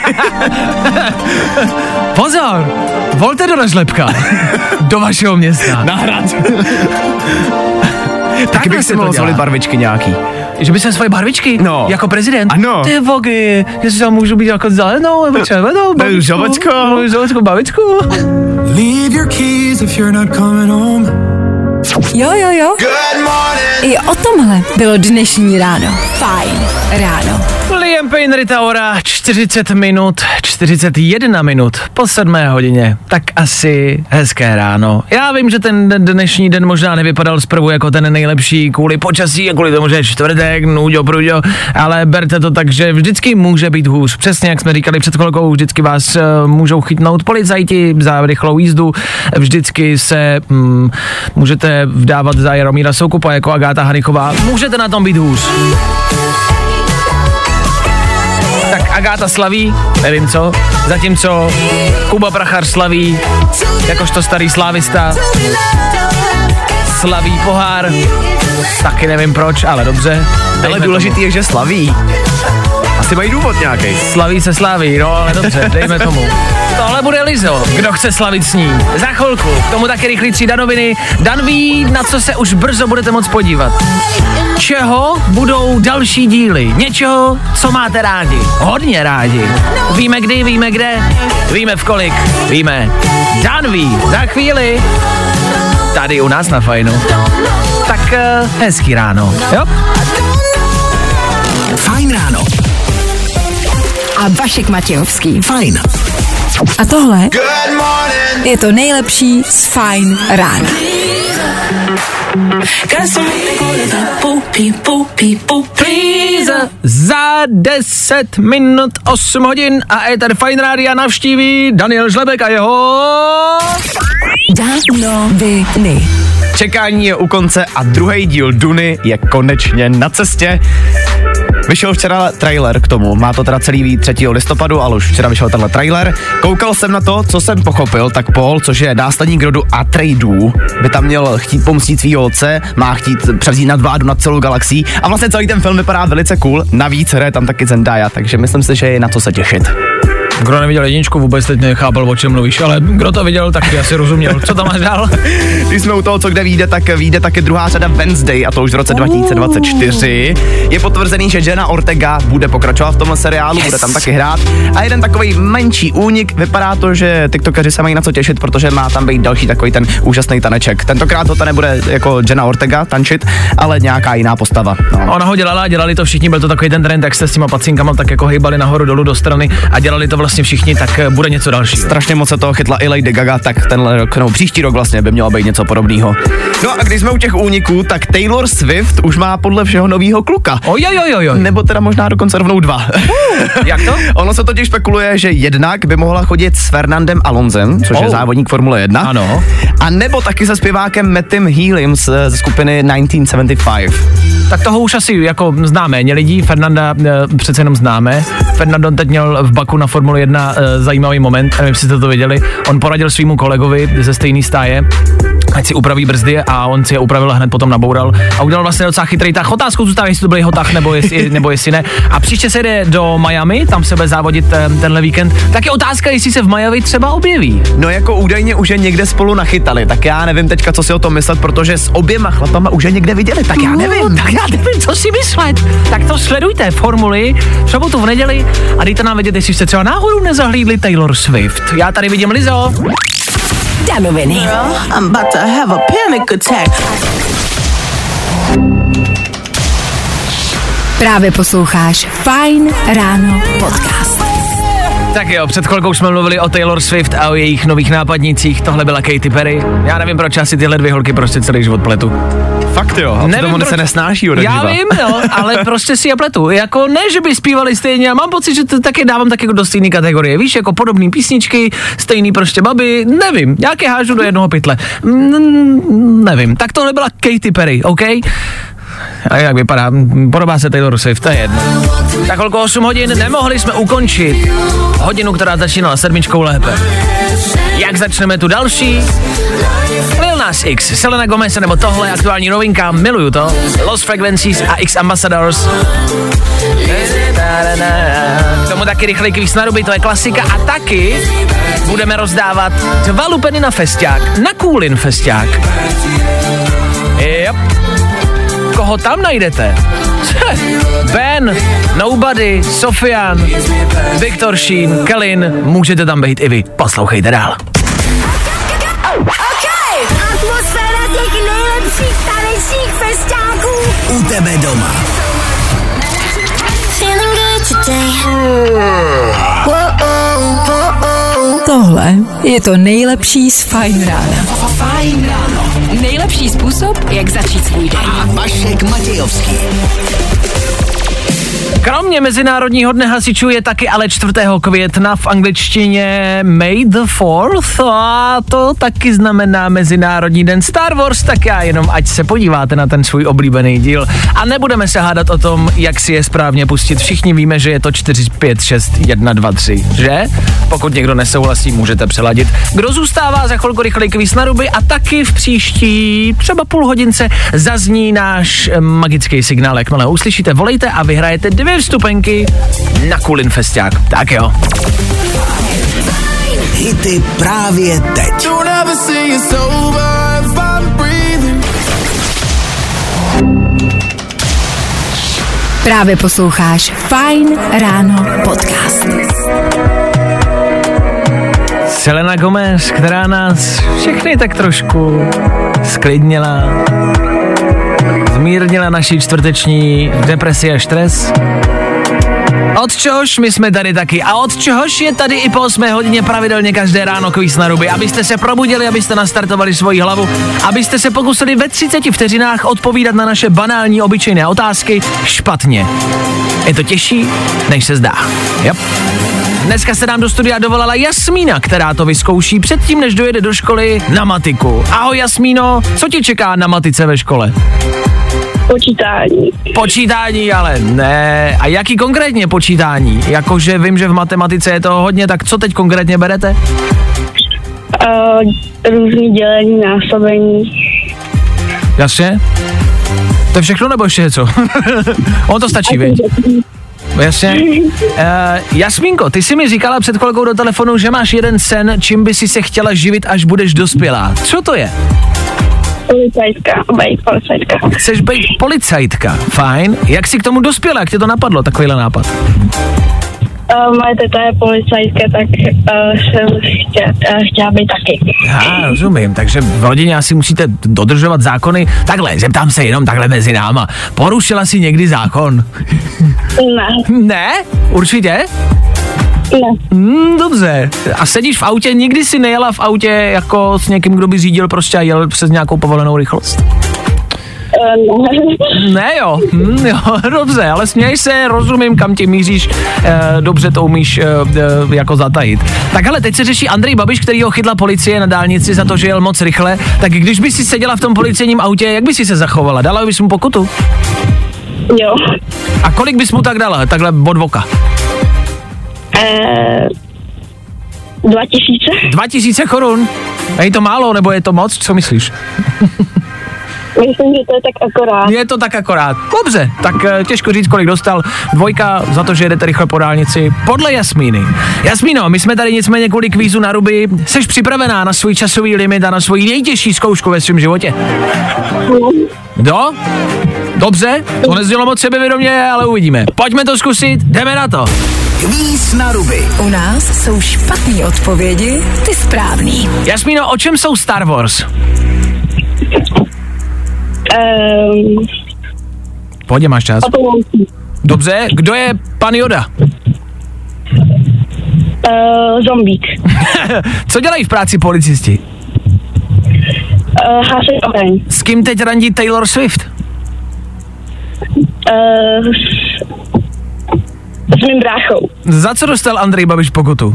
Pozor, volte do Nažlepka. Do vašeho města. Na Hrad. Taky bych si mohl zvolit barvičky nějaký. Že by se svoje barvičky? No. Jako prezident? Ano. Ty vogy, jestli tam můžu být jako zelenou, nebo červenou, babičku, babičku. Leave your keys if you're not coming home. Jo. I o tomhle bylo dnešní ráno. Fajn ráno. Liam Payne, Rita Ora, 41 minut po 7 hodině. Tak asi hezké ráno. Já vím, že ten dnešní den možná nevypadal zprvu jako ten nejlepší kvůli počasí a kvůli tomu, že je čtvrtek, nuďo, pruďo, ale berte to tak, že vždycky může být hůř. Přesně jak jsme říkali před chvilkou, vždycky vás můžou chytnout policajti za rychlou jízdu, vždycky se můžete vdávat za Jaromíra Soukupa jako Agáta Hanichová. Můžete na tom být hůř. Tak Agáta slaví, nevím co, zatímco Kuba Prachar slaví, jakožto starý slávista, slaví pohár, taky nevím proč, ale dobře. Ale důležitý je, že slaví. Asi mají důvod nějaký. Slaví se slaví, no ale dobře, dejme tomu. Tohle bude Lizo, kdo chce slavit s ní. Za chvilku, k tomu taky rychlý 3 danoviny. Dan ví, na co se už brzo budete moct podívat. Čeho budou další díly? Něčeho, co máte rádi. Hodně rádi. Víme kdy, víme kde, víme v kolik, víme. Dan ví, za chvíli. Tady u nás na Fajnu. Tak hezký ráno, jo? Fajn ráno. A Vašek Matějovský. Fajn. A tohle je to nejlepší z Fajn rána. Za 10 minut 8 hodin a éter Fajn Rádia navštíví Daniel Žlebek a jeho... Danoviny. Čekání je u konce a druhý díl Duny je konečně na cestě. Vyšel včera trailer k tomu, má to teda celý 3. listopadu, ale už včera vyšel tenhle trailer. Koukal jsem na to, co jsem pochopil, tak Paul, což je následník rodu Atreidů, by tam měl chtít pomstít svýho otce, má chtít převzít nadvládu nad celou galaxií a vlastně celý ten film vypadá velice cool, navíc hraje tam taky Zendaya, takže myslím si, že je na co se těšit. Kdo neviděl jedničku, vůbec teď nechápal, o čem mluvíš, ale kdo to viděl, tak asi rozuměl. Co tam máš dál? Když jsme u toho, co kde vyjde, tak vyjde taky druhá řada Wednesday, a to už v roce 2024. Je potvrzený, že Jenna Ortega bude pokračovat v tomhle seriálu, bude tam taky hrát. A jeden takový menší únik, vypadá to, že tiktokeři se mají na co těšit, protože má tam být další takový ten úžasný taneček. Tentokrát to nebude jako Jenna Ortega tančit, ale nějaká jiná postava. No. Ona ho dělala, dělali to všichni, byl to takový ten trend, jak se s těma pacinkama tak jako hejbali nahoru dolů do strany a dělali to vlastně všichni, tak bude něco dalšího. Strašně moc se toho chytla i Lady Gaga, tak tenhle rok, no příští rok vlastně by mělo být něco podobného. No a když jsme u těch úniků, tak Taylor Swift už má podle všeho novýho kluka. Ojojojoj. Nebo teda možná dokonce rovnou 2. Jak to? Ono se totiž spekuluje, že jednak by mohla chodit s Fernandem Alonsem, což je závodník Formule 1. Ano. A nebo taky se zpěvákem Mattem Healym ze skupiny 1975. Tak toho už asi jako známe méně lidí, Fernanda přece jenom známe. Fernando teď měl v Baku na Formule 1 zajímavý moment, nevím, jestli jste to viděli, on poradil svýmu kolegovi ze stejné stáje, ať si upraví brzdy a on si je upravil a hned potom naboural a udělal vlastně docela chytrý tah. Otázkou zůstává, jestli to byl jeho tah nebo jestli ne. A příště se jde do Miami, tam se bude závodit tenhle víkend. Tak je otázka, jestli se v Miami třeba objeví. No jako údajně už je někde spolu nachytali, tak já nevím teďka, co si o tom myslet, protože s oběma chlapama už je někde viděli, tak já nevím. Tak já nevím, co si myslet. Tak to sledujte formuli v sobotu, v neděli a dejte nám vědět, jestli jste třeba náhodou nezahlídli Taylor Swift. Já tady vidím Lizo. Danoviny. I'm about to have a panic attack. Právě posloucháš Fajn ráno podcast. Tak jo, před chvilkou jsme mluvili o Taylor Swift a o jejich nových nápadnicích. Tohle byla Katy Perry. Já nevím, proč asi tyhle dvě holky prostě celý život pletu. Fakt jo, a přitom se nesnáší od Já vím, jo, ale prostě si je pletu. Jako ne, že by zpívali stejně, a mám pocit, že to taky dávám tak jako do stejné kategorie. Víš, jako podobný písničky, stejný prostě baby, nevím, nějaké hážu do jednoho pytle. Nevím, tak tohle byla Katy Perry, OK? A jak vypadá, podobá se Taylor Swift, to je jedno. Tak kolko 8 hodin, nemohli jsme ukončit hodinu, která začínala 7 lépe. Jak začneme tu další? Lil Nas X, Selena Gomez nebo tohle aktuální novinka, miluju to. Lost Frequencies a X Ambassadors. K tomu taky rychlej kvíz na ruby, to je klasika a taky budeme rozdávat 2 lupeny na festiák, na Coolin festiák. Yep. Koho tam najdete? Ben, Nobody, Sofian, Viktor Sheen, Kalin, můžete tam být i vy. Poslouchejte dál. Atmosféra těch nejlepších tanečních festiáků u tebe doma. Tohle je to nejlepší z Fajn rána. Fajn ráno. Nejlepší způsob, jak začít svůj den. A Vašek Matějovský. Kromě Mezinárodního dne hasičů je taky ale 4. května v angličtině May the 4th a to taky znamená Mezinárodní den Star Wars, tak já jenom ať se podíváte na ten svůj oblíbený díl a nebudeme se hádat o tom, jak si je správně pustit. Všichni víme, že je to 4, 5, 6, 1, 2, 3, že? Pokud někdo nesouhlasí, můžete přeladit. Kdo zůstává, za chvilku rychlej kvíz na ruby a taky v příští třeba půl hodince zazní náš magický signál. Jakmile uslyšíte, volejte a vyhrajete 2 vstupenky na Coolin festiák. Tak jo. Hity právě teď. Právě posloucháš Fajn ráno podcast. Selena Gomez, která nás všechny tak trošku sklidnila, zmírnila naši čtvrteční depresi a stres. Od čehož my jsme tady taky. A od čehož je tady i po 8 hodině pravidelně každé ráno kvíz na ruby. Abyste se probudili, abyste nastartovali svoji hlavu, abyste se pokusili ve 30 vteřinách odpovídat na naše banální, obyčejné otázky špatně. Je to těžší, než se zdá. Yep. Dneska se nám do studia dovolala Jasmína, která to vyzkouší předtím, než dojede do školy na matiku. Ahoj Jasmíno, co ti čeká na matice ve škole? Počítání. Počítání, ale ne. A jaký konkrétně počítání? Jakože vím, že v matematice je to hodně, tak co teď konkrétně berete? Různý dělení, násobení. Jasně? To je všechno nebo ještě něco? On to stačí, viď? Jasně. Jasmínko, ty jsi mi říkala před chvilkou do telefonu, že máš jeden sen, čím by si se chtěla živit, až budeš dospělá. Co to je? Policajtka, být policajtka. Chceš být policajtka, fajn. Jak jsi k tomu dospěla, jak tě to napadlo, takovýhle nápad? Moje teta je policajtka, tak jsem chtěla být taky. Rozumím, takže v rodině asi musíte dodržovat zákony. Takhle, zeptám se jenom takhle mezi náma. Porušila jsi někdy zákon? Ne. Ne? Určitě? Ne. Dobře. A sedíš v autě, nikdy jsi nejela v autě jako s někým, kdo by řídil prostě a jel přes nějakou povolenou rychlost? Ne jo, dobře, ale směj se, rozumím, kam ti míříš, dobře to umíš jako zatajit. Tak hele, teď se řeší Andrej Babiš, který ho chytla policie na dálnici za to, že jel moc rychle, tak když by si seděla v tom policejním autě, jak by si se zachovala? Dala bys mu pokutu? Jo. A kolik bys mu tak dala, takhle od voka? 2000. 2000 korun? A je to málo, nebo je to moc? Co myslíš? Myslím, že to je tak akorát. Je to tak akorát. Dobře, tak těžko říct, kolik dostal. 2 za to, že jedete rychle po dálnici. Podle Jasmíny. Jasmíno, my jsme tady nicméně kvůli kvízu na ruby. Jseš připravená na svůj časový limit a na svoji nejtěžší zkoušku ve svém životě? Dobře, to nezdělo moc sebevědomě, ale uvidíme. Pojďme to zkusit, jdeme na to. Kvíz na ruby. U nás jsou špatné odpovědi, ty správný. Jasmíno, o čem jsou Star Wars? Pojď, máš čas. Dobře, kdo je pan Yoda? Zombík. Co dělají v práci policisti? Hásej oheň. S kým teď randí Taylor Swift? S mým bráchou. Za co dostal Andrej Babiš pokutu?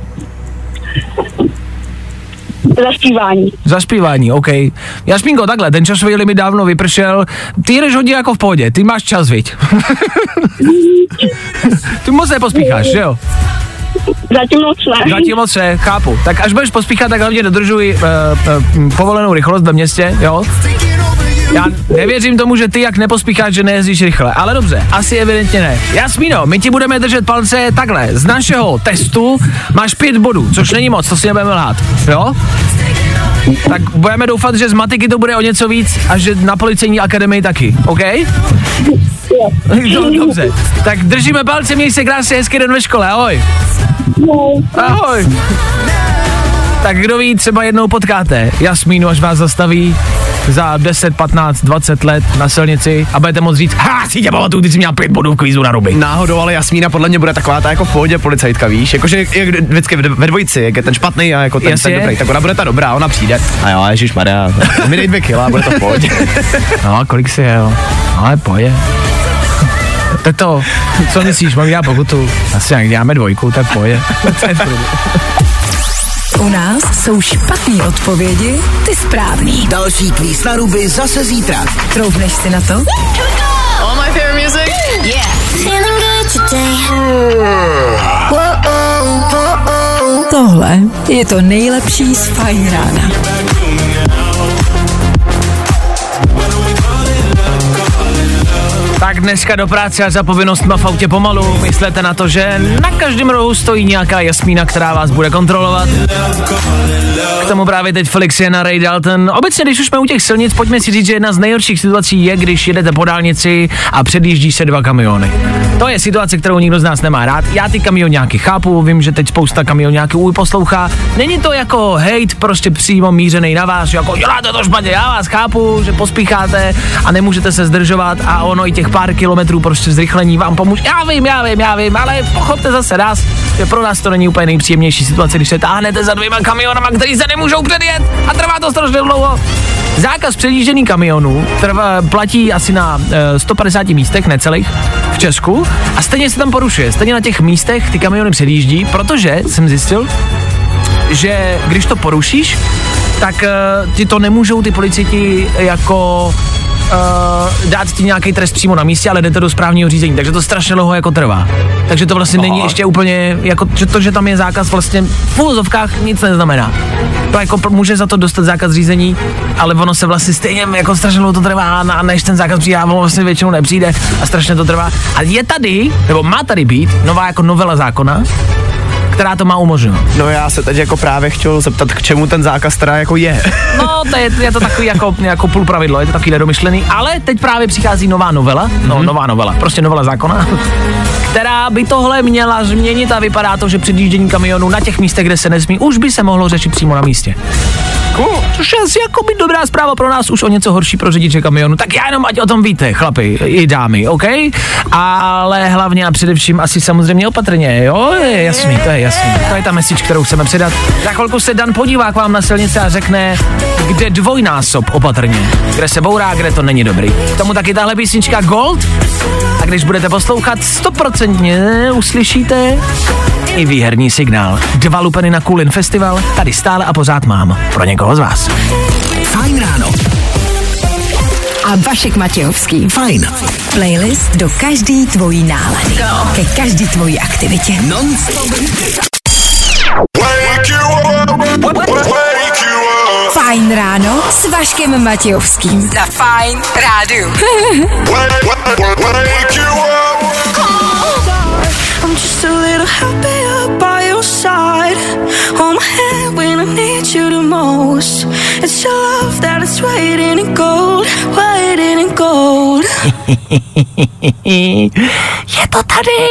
Za zpívání, OK. Jasmínko, takhle, ten časový limit dávno vypršel. Ty jdeš hodně jako v pohodě, ty máš čas, viď? Ty moc nepospícháš, že jo? Zatím moc ne, chápu. Tak až budeš pospíchat, tak hlavně dodržuj povolenou rychlost ve městě, jo? Já nevěřím tomu, že ty jak nepospícháš, že nejezdíš rychle, ale dobře, asi evidentně ne. Jasmíno, my ti budeme držet palce takhle, z našeho testu máš 5 bodů, což není moc, to si nebudeme lhát, jo? Tak budeme doufat, že z matiky to bude o něco víc a že na policejní akademii taky, OK? Dobře, tak držíme palce, měj se krásně, hezký den ve škole, ahoj. Ahoj. Tak kdo ví, třeba jednou potkáte Jasmínu, až vás zastaví za 10, 15, 20 let na silnici a budete moct říct, si tě pamatuju, ty jsi měl 5 bodů v kvízu na ruby. Náhodou, ale Jasmína podle mě bude taková ta jako v pohodě policajtka, víš, jakože jak vždycky ve dvojici, jak je ten špatný a jako ten dobrý, tak ona bude ta dobrá, ona přijde. A jo, ježišmarja, mi dej 2 kila, bude to v pohodě. No, kolik si jel? Ale poje. Teto, co myslíš, mám já pokutu? Asi jak děláme 2, tak poje. U nás jsou špatné odpovědi, ty správný. Další kvíz na ruby zase zítra. Troufneš si na to? All my favorite music? Yeah. Feeling good today. Tohle je to nejlepší z Fajn rána. Tak dneska do práce a za povinnostma v autě pomalu. Myslete na to, že na každém rohu stojí nějaká Jasmína, která vás bude kontrolovat. K tomu právě teď Felix je na Ray Dalton. Obecně, když už jsme u těch silnic, pojďme si říct, že jedna z nejhorších situací je, když jedete po dálnici a předjíždí se 2 kamiony. To je situace, kterou nikdo z nás nemá rád. Já ty kamionňáky chápu, vím, že teď spousta kamionňáků poslouchá. Není to jako hejt prostě přímo mířený na vás, jako děláte to špatně, já vás chápu, že pospícháte a nemůžete se zdržovat a ono i těch pár kilometrů prostě zrychlení vám pomůže. Já vím, ale pochopte zase raz, že pro nás to není úplně nejpříjemnější situace, když se táhnete za 2 kamionama, který se nemůžou předjet a trvá to strašně dlouho. Zákaz předjíždění kamionů platí asi na 150 místech, necelých, v Česku a stejně se tam porušuje. Stejně na těch místech ty kamiony předjíždí, protože jsem zjistil, že když to porušíš, tak ti to nemůžou ty policajti jako dát ti nějaký trest přímo na místě, ale jde to do správního řízení, takže to strašně dlouho jako trvá. Takže to vlastně není ještě úplně, jako to, že tam je zákaz vlastně v úvozovkách nic neznamená. To jako může za to dostat zákaz řízení, ale ono se vlastně stejně jako strašně dlouho to trvá a než ten zákaz přijde, ono vlastně většinou nepřijde a strašně to trvá. A je tady, nebo má tady být nová jako novela zákona, která to má umožňovat. No já se teď jako právě chtěl zeptat, k čemu ten zákaz teda jako je. No, je to takový jako půl pravidlo, je to takový nedomyšlený, ale teď právě přichází nová novela, nová novela, prostě novela zákona, která by tohle měla změnit a vypadá to, že předjíždění kamionů na těch místech, kde se nesmí, už by se mohlo řešit přímo na místě. Cool. Což je asi jako by dobrá zpráva pro nás, už o něco horší pro řidiče kamionu. Tak já jenom ať o tom víte, chlapi i dámy, OK? Ale hlavně a především asi samozřejmě opatrně, jo? Je jasný, to je jasný. To je ta message, kterou chceme předat. Za chvilku se Dan podívá k vám na silnici a řekne, kde dvojnásob opatrně. Kde se bourá, kde to není dobrý. K tomu taky tahle písnička Gold. A když budete poslouchat, 100% uslyšíte i výherní signál. 2 lupeny na Kulin Festival tady stále a pořád mám pro někoho z vás. Fajn ráno. A Vašek Matějovský. Fajn. Playlist do každý tvojí nálady. Ke každý tvojí aktivitě. Non-stop hity. Fajn ráno s Vaškem Matějovským. Za Fajn rádiu. I'm just a little happier by your side. Hold my hand when I need you the most. It's your love that is waiting in gold, waiting in gold. Je to tady.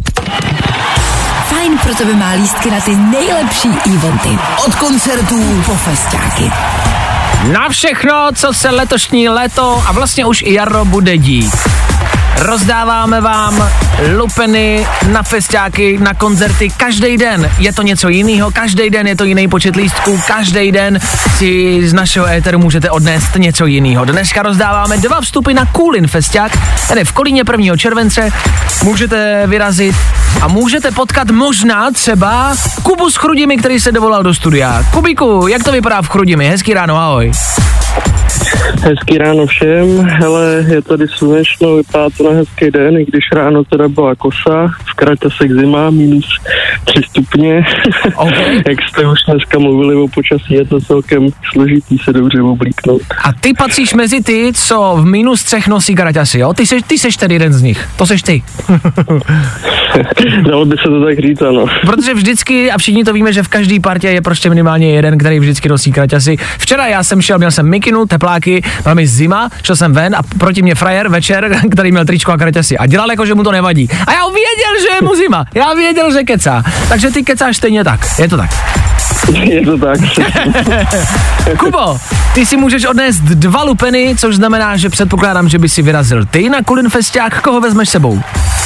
Fajn pro tebe má lístky na ty nejlepší eventy. Od koncertů po festiáky. Na všechno, co se letošní léto a vlastně už i jaro bude dít. Rozdáváme vám lupeny na festiáky, na koncerty každý den. Je to něco jiného, každý den je to jiný počet lístků, každý den si z našeho éteru můžete odnést něco jiného. Dneska rozdáváme 2 vstupy na Kulin festiák, tedy v Kolíně 1. července. Můžete vyrazit a můžete potkat možná třeba Kubu s Chrudimi, který se dovolal do studia. Kubíku, jak to vypadá v Chrudimi? Hezký ráno, ahoj. Hezký ráno všem, hele, je tady slunečno, vypadá to na hezký den, i když ráno teda byla kosa, v Kraťasech zima, -3 stupně. Okay. Jak jste už dneska mluvili o počasí, je to celkem složitý se dobře oblíknout. A ty patříš mezi ty, co v -3 nosí Kraťasy, jo? Ty seš tedy jeden z nich, to seš ty. Dalo by se to tak říct, ano. Protože vždycky, a všichni to víme, že v každé partě je prostě minimálně jeden, který vždycky nosí Kraťasy. Včera já jsem šel, měl jsem mikinu, tepláky, byla mi zima, šel jsem ven a proti mě frajer večer, který měl tričko a Kraťasy a dělal jako, že mu to nevadí. A já věděl, že je mu zima, já věděl, že kecá. Takže ty kecáš stejně tak, je to tak. Je to tak. Kubo, ty si můžeš odnést 2 lupeny, což znamená, že předpokládám, že by si vyrazil ty na Kulin festiák. Koho vezmeš sebou?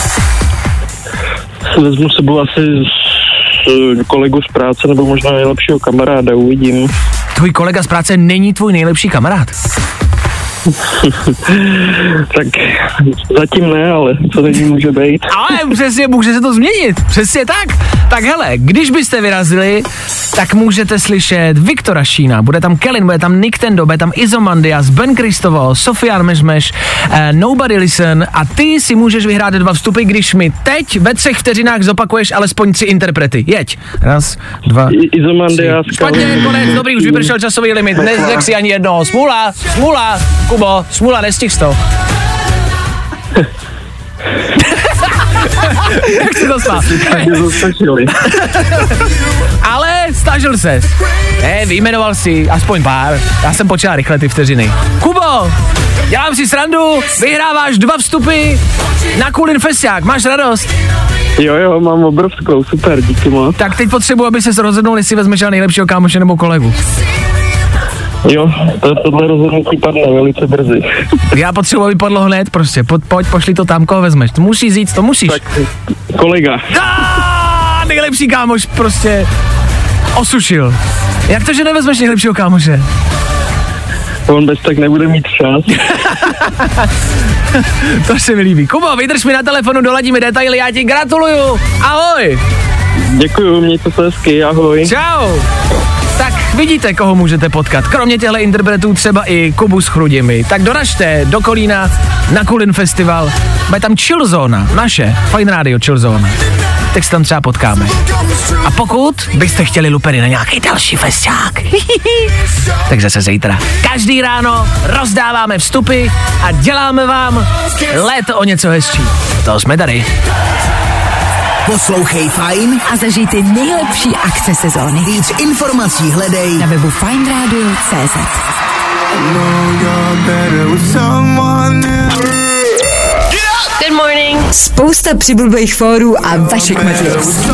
Vezmu sebou asi kolegu z práce nebo možná nejlepšího kamaráda, uvidím. Tvůj kolega z práce není tvůj nejlepší kamarád? Tak zatím ne, ale co není může být. Ale přesně, může se to změnit, přesně tak. Tak hele, když byste vyrazili, tak můžete slyšet Viktora Šína, bude tam Kelin, bude tam Nick Tendo, bude tam Izomandias, Ben Kristovo, Sofian Mešmeš, Nobody Listen a ty si můžeš vyhrát 2 vstupy, když mi teď ve 3 vteřinách zopakuješ alespoň 3 interprety. Jeď. 1, 2, Izomandias. Špatně, konec, dobrý, už vypršel časový limit, neřek si ani jedno. Smůla, Kubo, smůla, nestihl to. Jak si to stál? Ale snažil ses. Vyjmenoval si aspoň pár. Já jsem počítal rychle ty vteřiny. Kubo, dělám si srandu, vyhráváš 2 vstupy na Kulin Festiák, máš radost? Jo, mám obrovskou, super, díky moc. Tak teď potřebuji, aby ses rozhodnul, jestli vezmeš nejlepšího kámoše nebo kolegu. Jo, tohle rozhodnutí padne velice brzy. Já potřebuji, aby padlo hned, prostě, pojď, pošli to tam, koho vezmeš, to musíš říct, to musíš. Tak, kolega. Nejlepší kámoš prostě osušil. Jak to, že nevezmeš nejlepšího kámoše? On bez tak nebude mít čas. To se mi líbí. Kubo, vydrž mi na telefonu, doladíme detaily, já ti gratuluju. Ahoj. Děkuju, mějte se hezky, ahoj. Čau. Tak vidíte, koho můžete potkat. Kromě těchto interpretů třeba i Kubu s Chrudimi. Tak doražte do Kolína na Kulin Festival. Bude tam chill zóna, naše Fajn Radio chill zóna. Tak se tam třeba potkáme. A pokud byste chtěli lupery na nějaký další festiák, tak zase zítra. Každý ráno rozdáváme vstupy a děláme vám léto o něco hezčí. To jsme tady. Poslouchej Fajn a zažij ty nejlepší akce sezóny. Víc informací hledej na webu fajnradio.cz. Good morning. Spousta přibulbých fórů a Vašek Matějovský.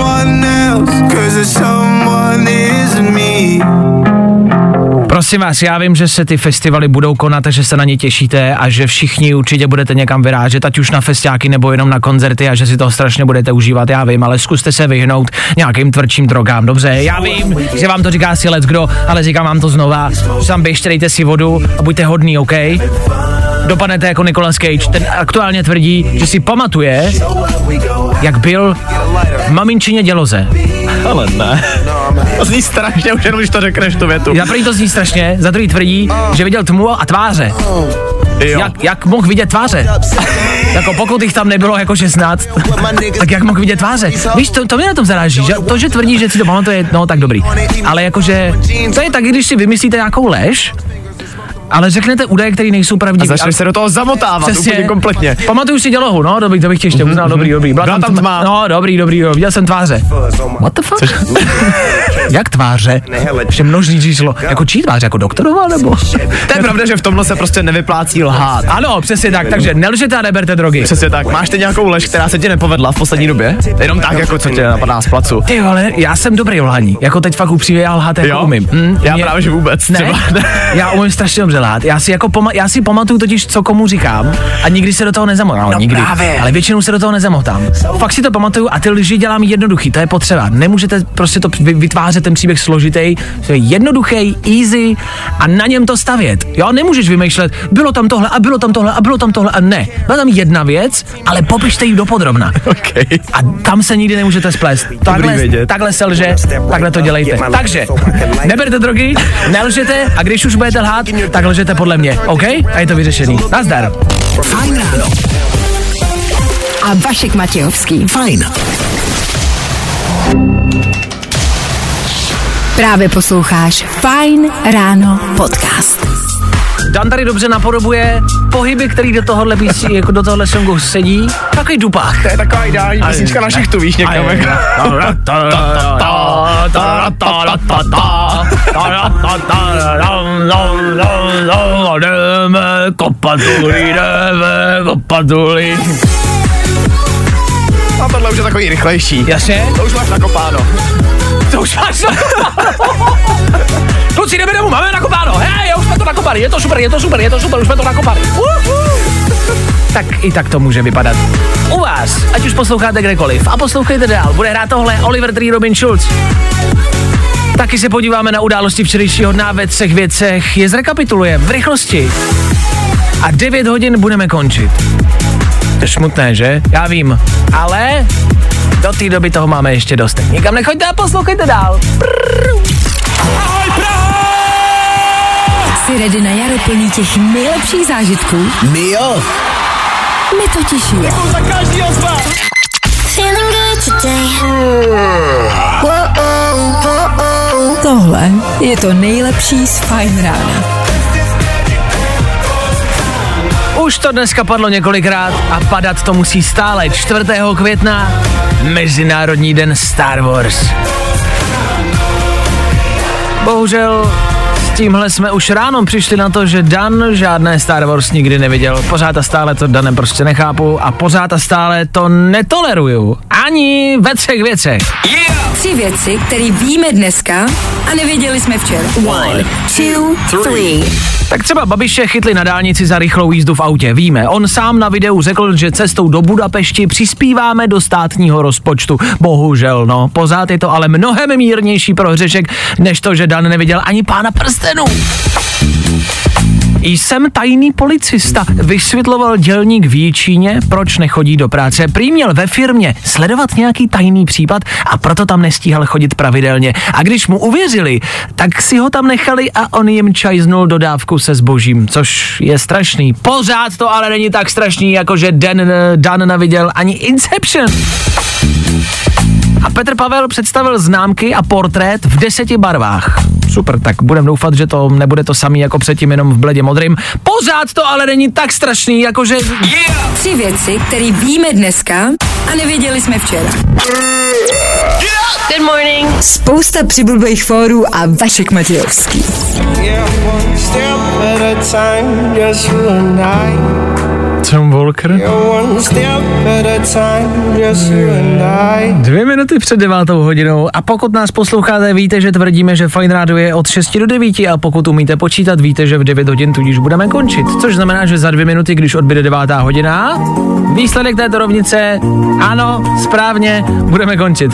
Prosím vás, já vím, že se ty festivaly budou konat a že se na ně těšíte a že všichni určitě budete někam vyrážet, ať už na festiáky nebo jenom na koncerty a že si toho strašně budete užívat, já vím, ale zkuste se vyhnout nějakým tvrdším drogám, dobře? Já vím, že vám to říká si leckdo, ale říkám vám to znova, sám běžte, dejte si vodu a buďte hodný, OK? Dopadnete jako Nicolas Cage, ten aktuálně tvrdí, že si pamatuje, jak byl v maminčině děloze. Ale ne. To zní strašně, už jenom když to řekneš tu větu. Za první to zní strašně, za druhý tvrdí, že viděl tmu a tváře. Jak mohl vidět tváře? Jako pokud jich tam nebylo jako 16, tak jak mohl vidět tváře? Víš, to mě na tom zaráží, že to, že tvrdí, že si to pamatuje, no tak dobrý. Ale jakože, to je tak, když si vymyslíte nějakou lež, ale řeknete údaje, které nejsou pravdivé. A začneš se do toho zamotávat úplně kompletně. Pamatuju si dělohu, no, to bych tě ještě uznal, dobrý. Byla tam tma. No, dobrý, viděl jsem tváře. What the fuck? Jak tváře? Ještě množný číslo. Jako čí tváře, jako doktorová, nebo? To je pravda, že v tomhle se prostě nevyplácí lhát. Ano, přesně tak, takže nelžete a neberte drogy. Přesně tak. Máš ty nějakou lež, která se ti nepovedla v poslední době? Jenom tak, jako co tě napadá z placu. Ty vole, já jsem dobrý v lhaní. Jako teď fakt upřímně, já lhát jako umím. Já právě že vůbec. Ne, já umím strašně dobře lhát. Já si pamatuju totiž, co komu říkám a nikdy se do toho nezamotám. No, nikdy. Ale většinou se do toho nezamotám. Fakt si to pamatuju a ty lži dělám jednoduchý, to je potřeba. Nemůžete prostě to vytvářet ten příběh složitý, to je jednoduchý, easy a na něm to stavět. Jo, nemůžeš vymýšlet, bylo tam tohle a bylo tam tohle a bylo tam tohle a ne. Byla tam jedna věc, ale popište ji dopodrobna. Okay. A tam se nikdy nemůžete splést. Takhle se lže, takhle to dělejte. Takže neberte drogy, nelžete a když už budete lhát, tak lžete podle mě, OK? A je to vyřešený. Nazdar. Fajn ráno. A Vašek Matějovský. Fajn. Právě posloucháš Fajn ráno podcast. Dan tady dobře napodobuje pohyby, který do tohohle písí, jako do tohohle songu sedí. Takový dupák. To je taková ideální písnička na šichtu, víš, někam. Kopatuli. A tohle už je takový rychlejší. Jasně? To už máš nakopáno. Kluci, jdeme domů, máme nakopáno. Hej, už jsme to nakopali, je to super, už jsme to nakopali. Tak i tak to může vypadat. U vás, ať už posloucháte kdekoliv a poslouchejte dál, bude hrát tohle Oliver Tree, Robin Schulz. Taky se podíváme na události včerejšího dne ve třech věcech, je zrekapitulujeme v rychlosti. A 9 hodin budeme končit. To je smutné, že? Já vím, ale do té doby toho máme ještě dost. Nikam nechoďte a poslouchejte dál. Ahoj, Praho! Jsi ready na jaro plný těch nejlepších zážitků? My jo. My totiž jo. Děkuju za každýho z vás. Tohle je to nejlepší z Fajn rána. Už to dneska padlo několikrát a padat to musí stále. 4. května, Mezinárodní den Star Wars. Bohužel s tímhle jsme už ráno přišli na to, že Dan žádné Star Wars nikdy neviděl. Pořád a stále to Danem prostě nechápu a pořád a stále to netoleruju. Ani ve 3 věcech. Yeah! 3 věci, které víme dneska a nevěděli jsme včera. 1, 2, 3. Tak třeba Babiše chytli na dálnici za rychlou jízdu v autě. Víme, on sám na videu řekl, že cestou do Budapešti přispíváme do státního rozpočtu. Bohužel, no, pořád je to ale mnohem mírnější prohřešek, než to, že Dan neviděl ani Pána prstenů. Jsem tajný policista, vysvětloval dělník v Jičíně, proč nechodí do práce. Prý měl ve firmě sledovat nějaký tajný případ a proto tam nestíhal chodit pravidelně. A když mu uvěřili, tak si ho tam nechali a on jim čajznul dodávku se zbožím, což je strašný. Pořád to ale není tak strašný, jako že Dan neviděl ani Inception. A Petr Pavel představil známky a portrét v 10 barvách. Super, tak budem doufat, že to nebude to samý jako předtím, jenom v bledě modrým. Pořád to ale není tak strašný, jakože... Yeah! 3 věci, které víme dneska a nevěděli jsme včera. Good morning. Spousta přibulbých fórů a Vašek Matějovský. Tom Walker. 2 minuty před 9 hodinou a pokud nás posloucháte, víte, že tvrdíme, že Fajn rádio je od 6 do 9 a pokud umíte počítat, víte, že v 9 hodin tudíž budeme končit. Což znamená, že za 2 minuty, když odbyde 9 hodina, výsledek této rovnice, ano, správně, budeme končit.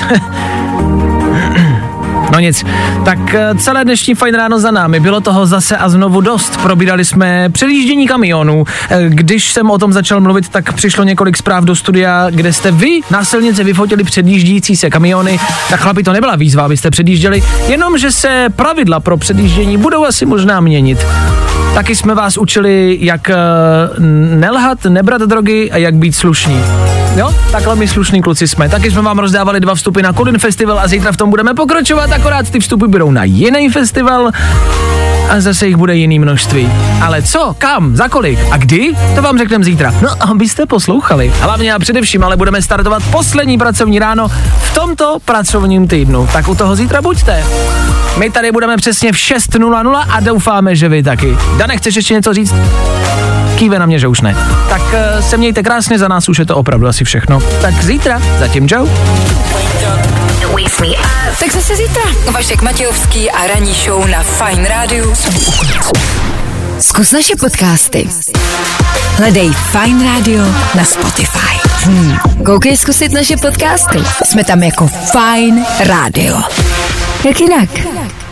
No nic, tak celé dnešní Fajn ráno za námi, bylo toho zase a znovu dost, probírali jsme předjíždění kamionů, když jsem o tom začal mluvit, tak přišlo několik zpráv do studia, kde jste vy na silnici vyfotili předjíždějící se kamiony, tak chlapi, to nebyla výzva, abyste předjížděli, jenomže se pravidla pro předjíždění budou asi možná měnit. Taky jsme vás učili, jak nelhat, nebrat drogy a jak být slušný. Jo, takhle my slušní kluci jsme. Taky jsme vám rozdávali 2 vstupy na Kulin Festival a zítra v tom budeme pokračovat, akorát ty vstupy budou na jiný festival a zase jich bude jiný množství. Ale co, kam, za kolik a kdy, to vám řekneme zítra. No, abyste poslouchali. Hlavně a především ale budeme startovat poslední pracovní ráno v tomto pracovním týdnu. Tak u toho zítra buďte. My tady budeme přesně v 6:00 a doufáme, že vy taky. Dane, chceš ještě něco říct? Kýve na mě, že už ne. Tak se mějte krásně, za nás už je to opravdu asi všechno. Tak zítra, zatím čau. Tak zase zítra. Vašek Matějovský a ranní show na Fajn rádiu. Zkus naše podcasty. Hledej Fajn rádio na Spotify. Koukej zkusit naše podcasty. Jsme tam jako Fajn rádio. Jak jinak?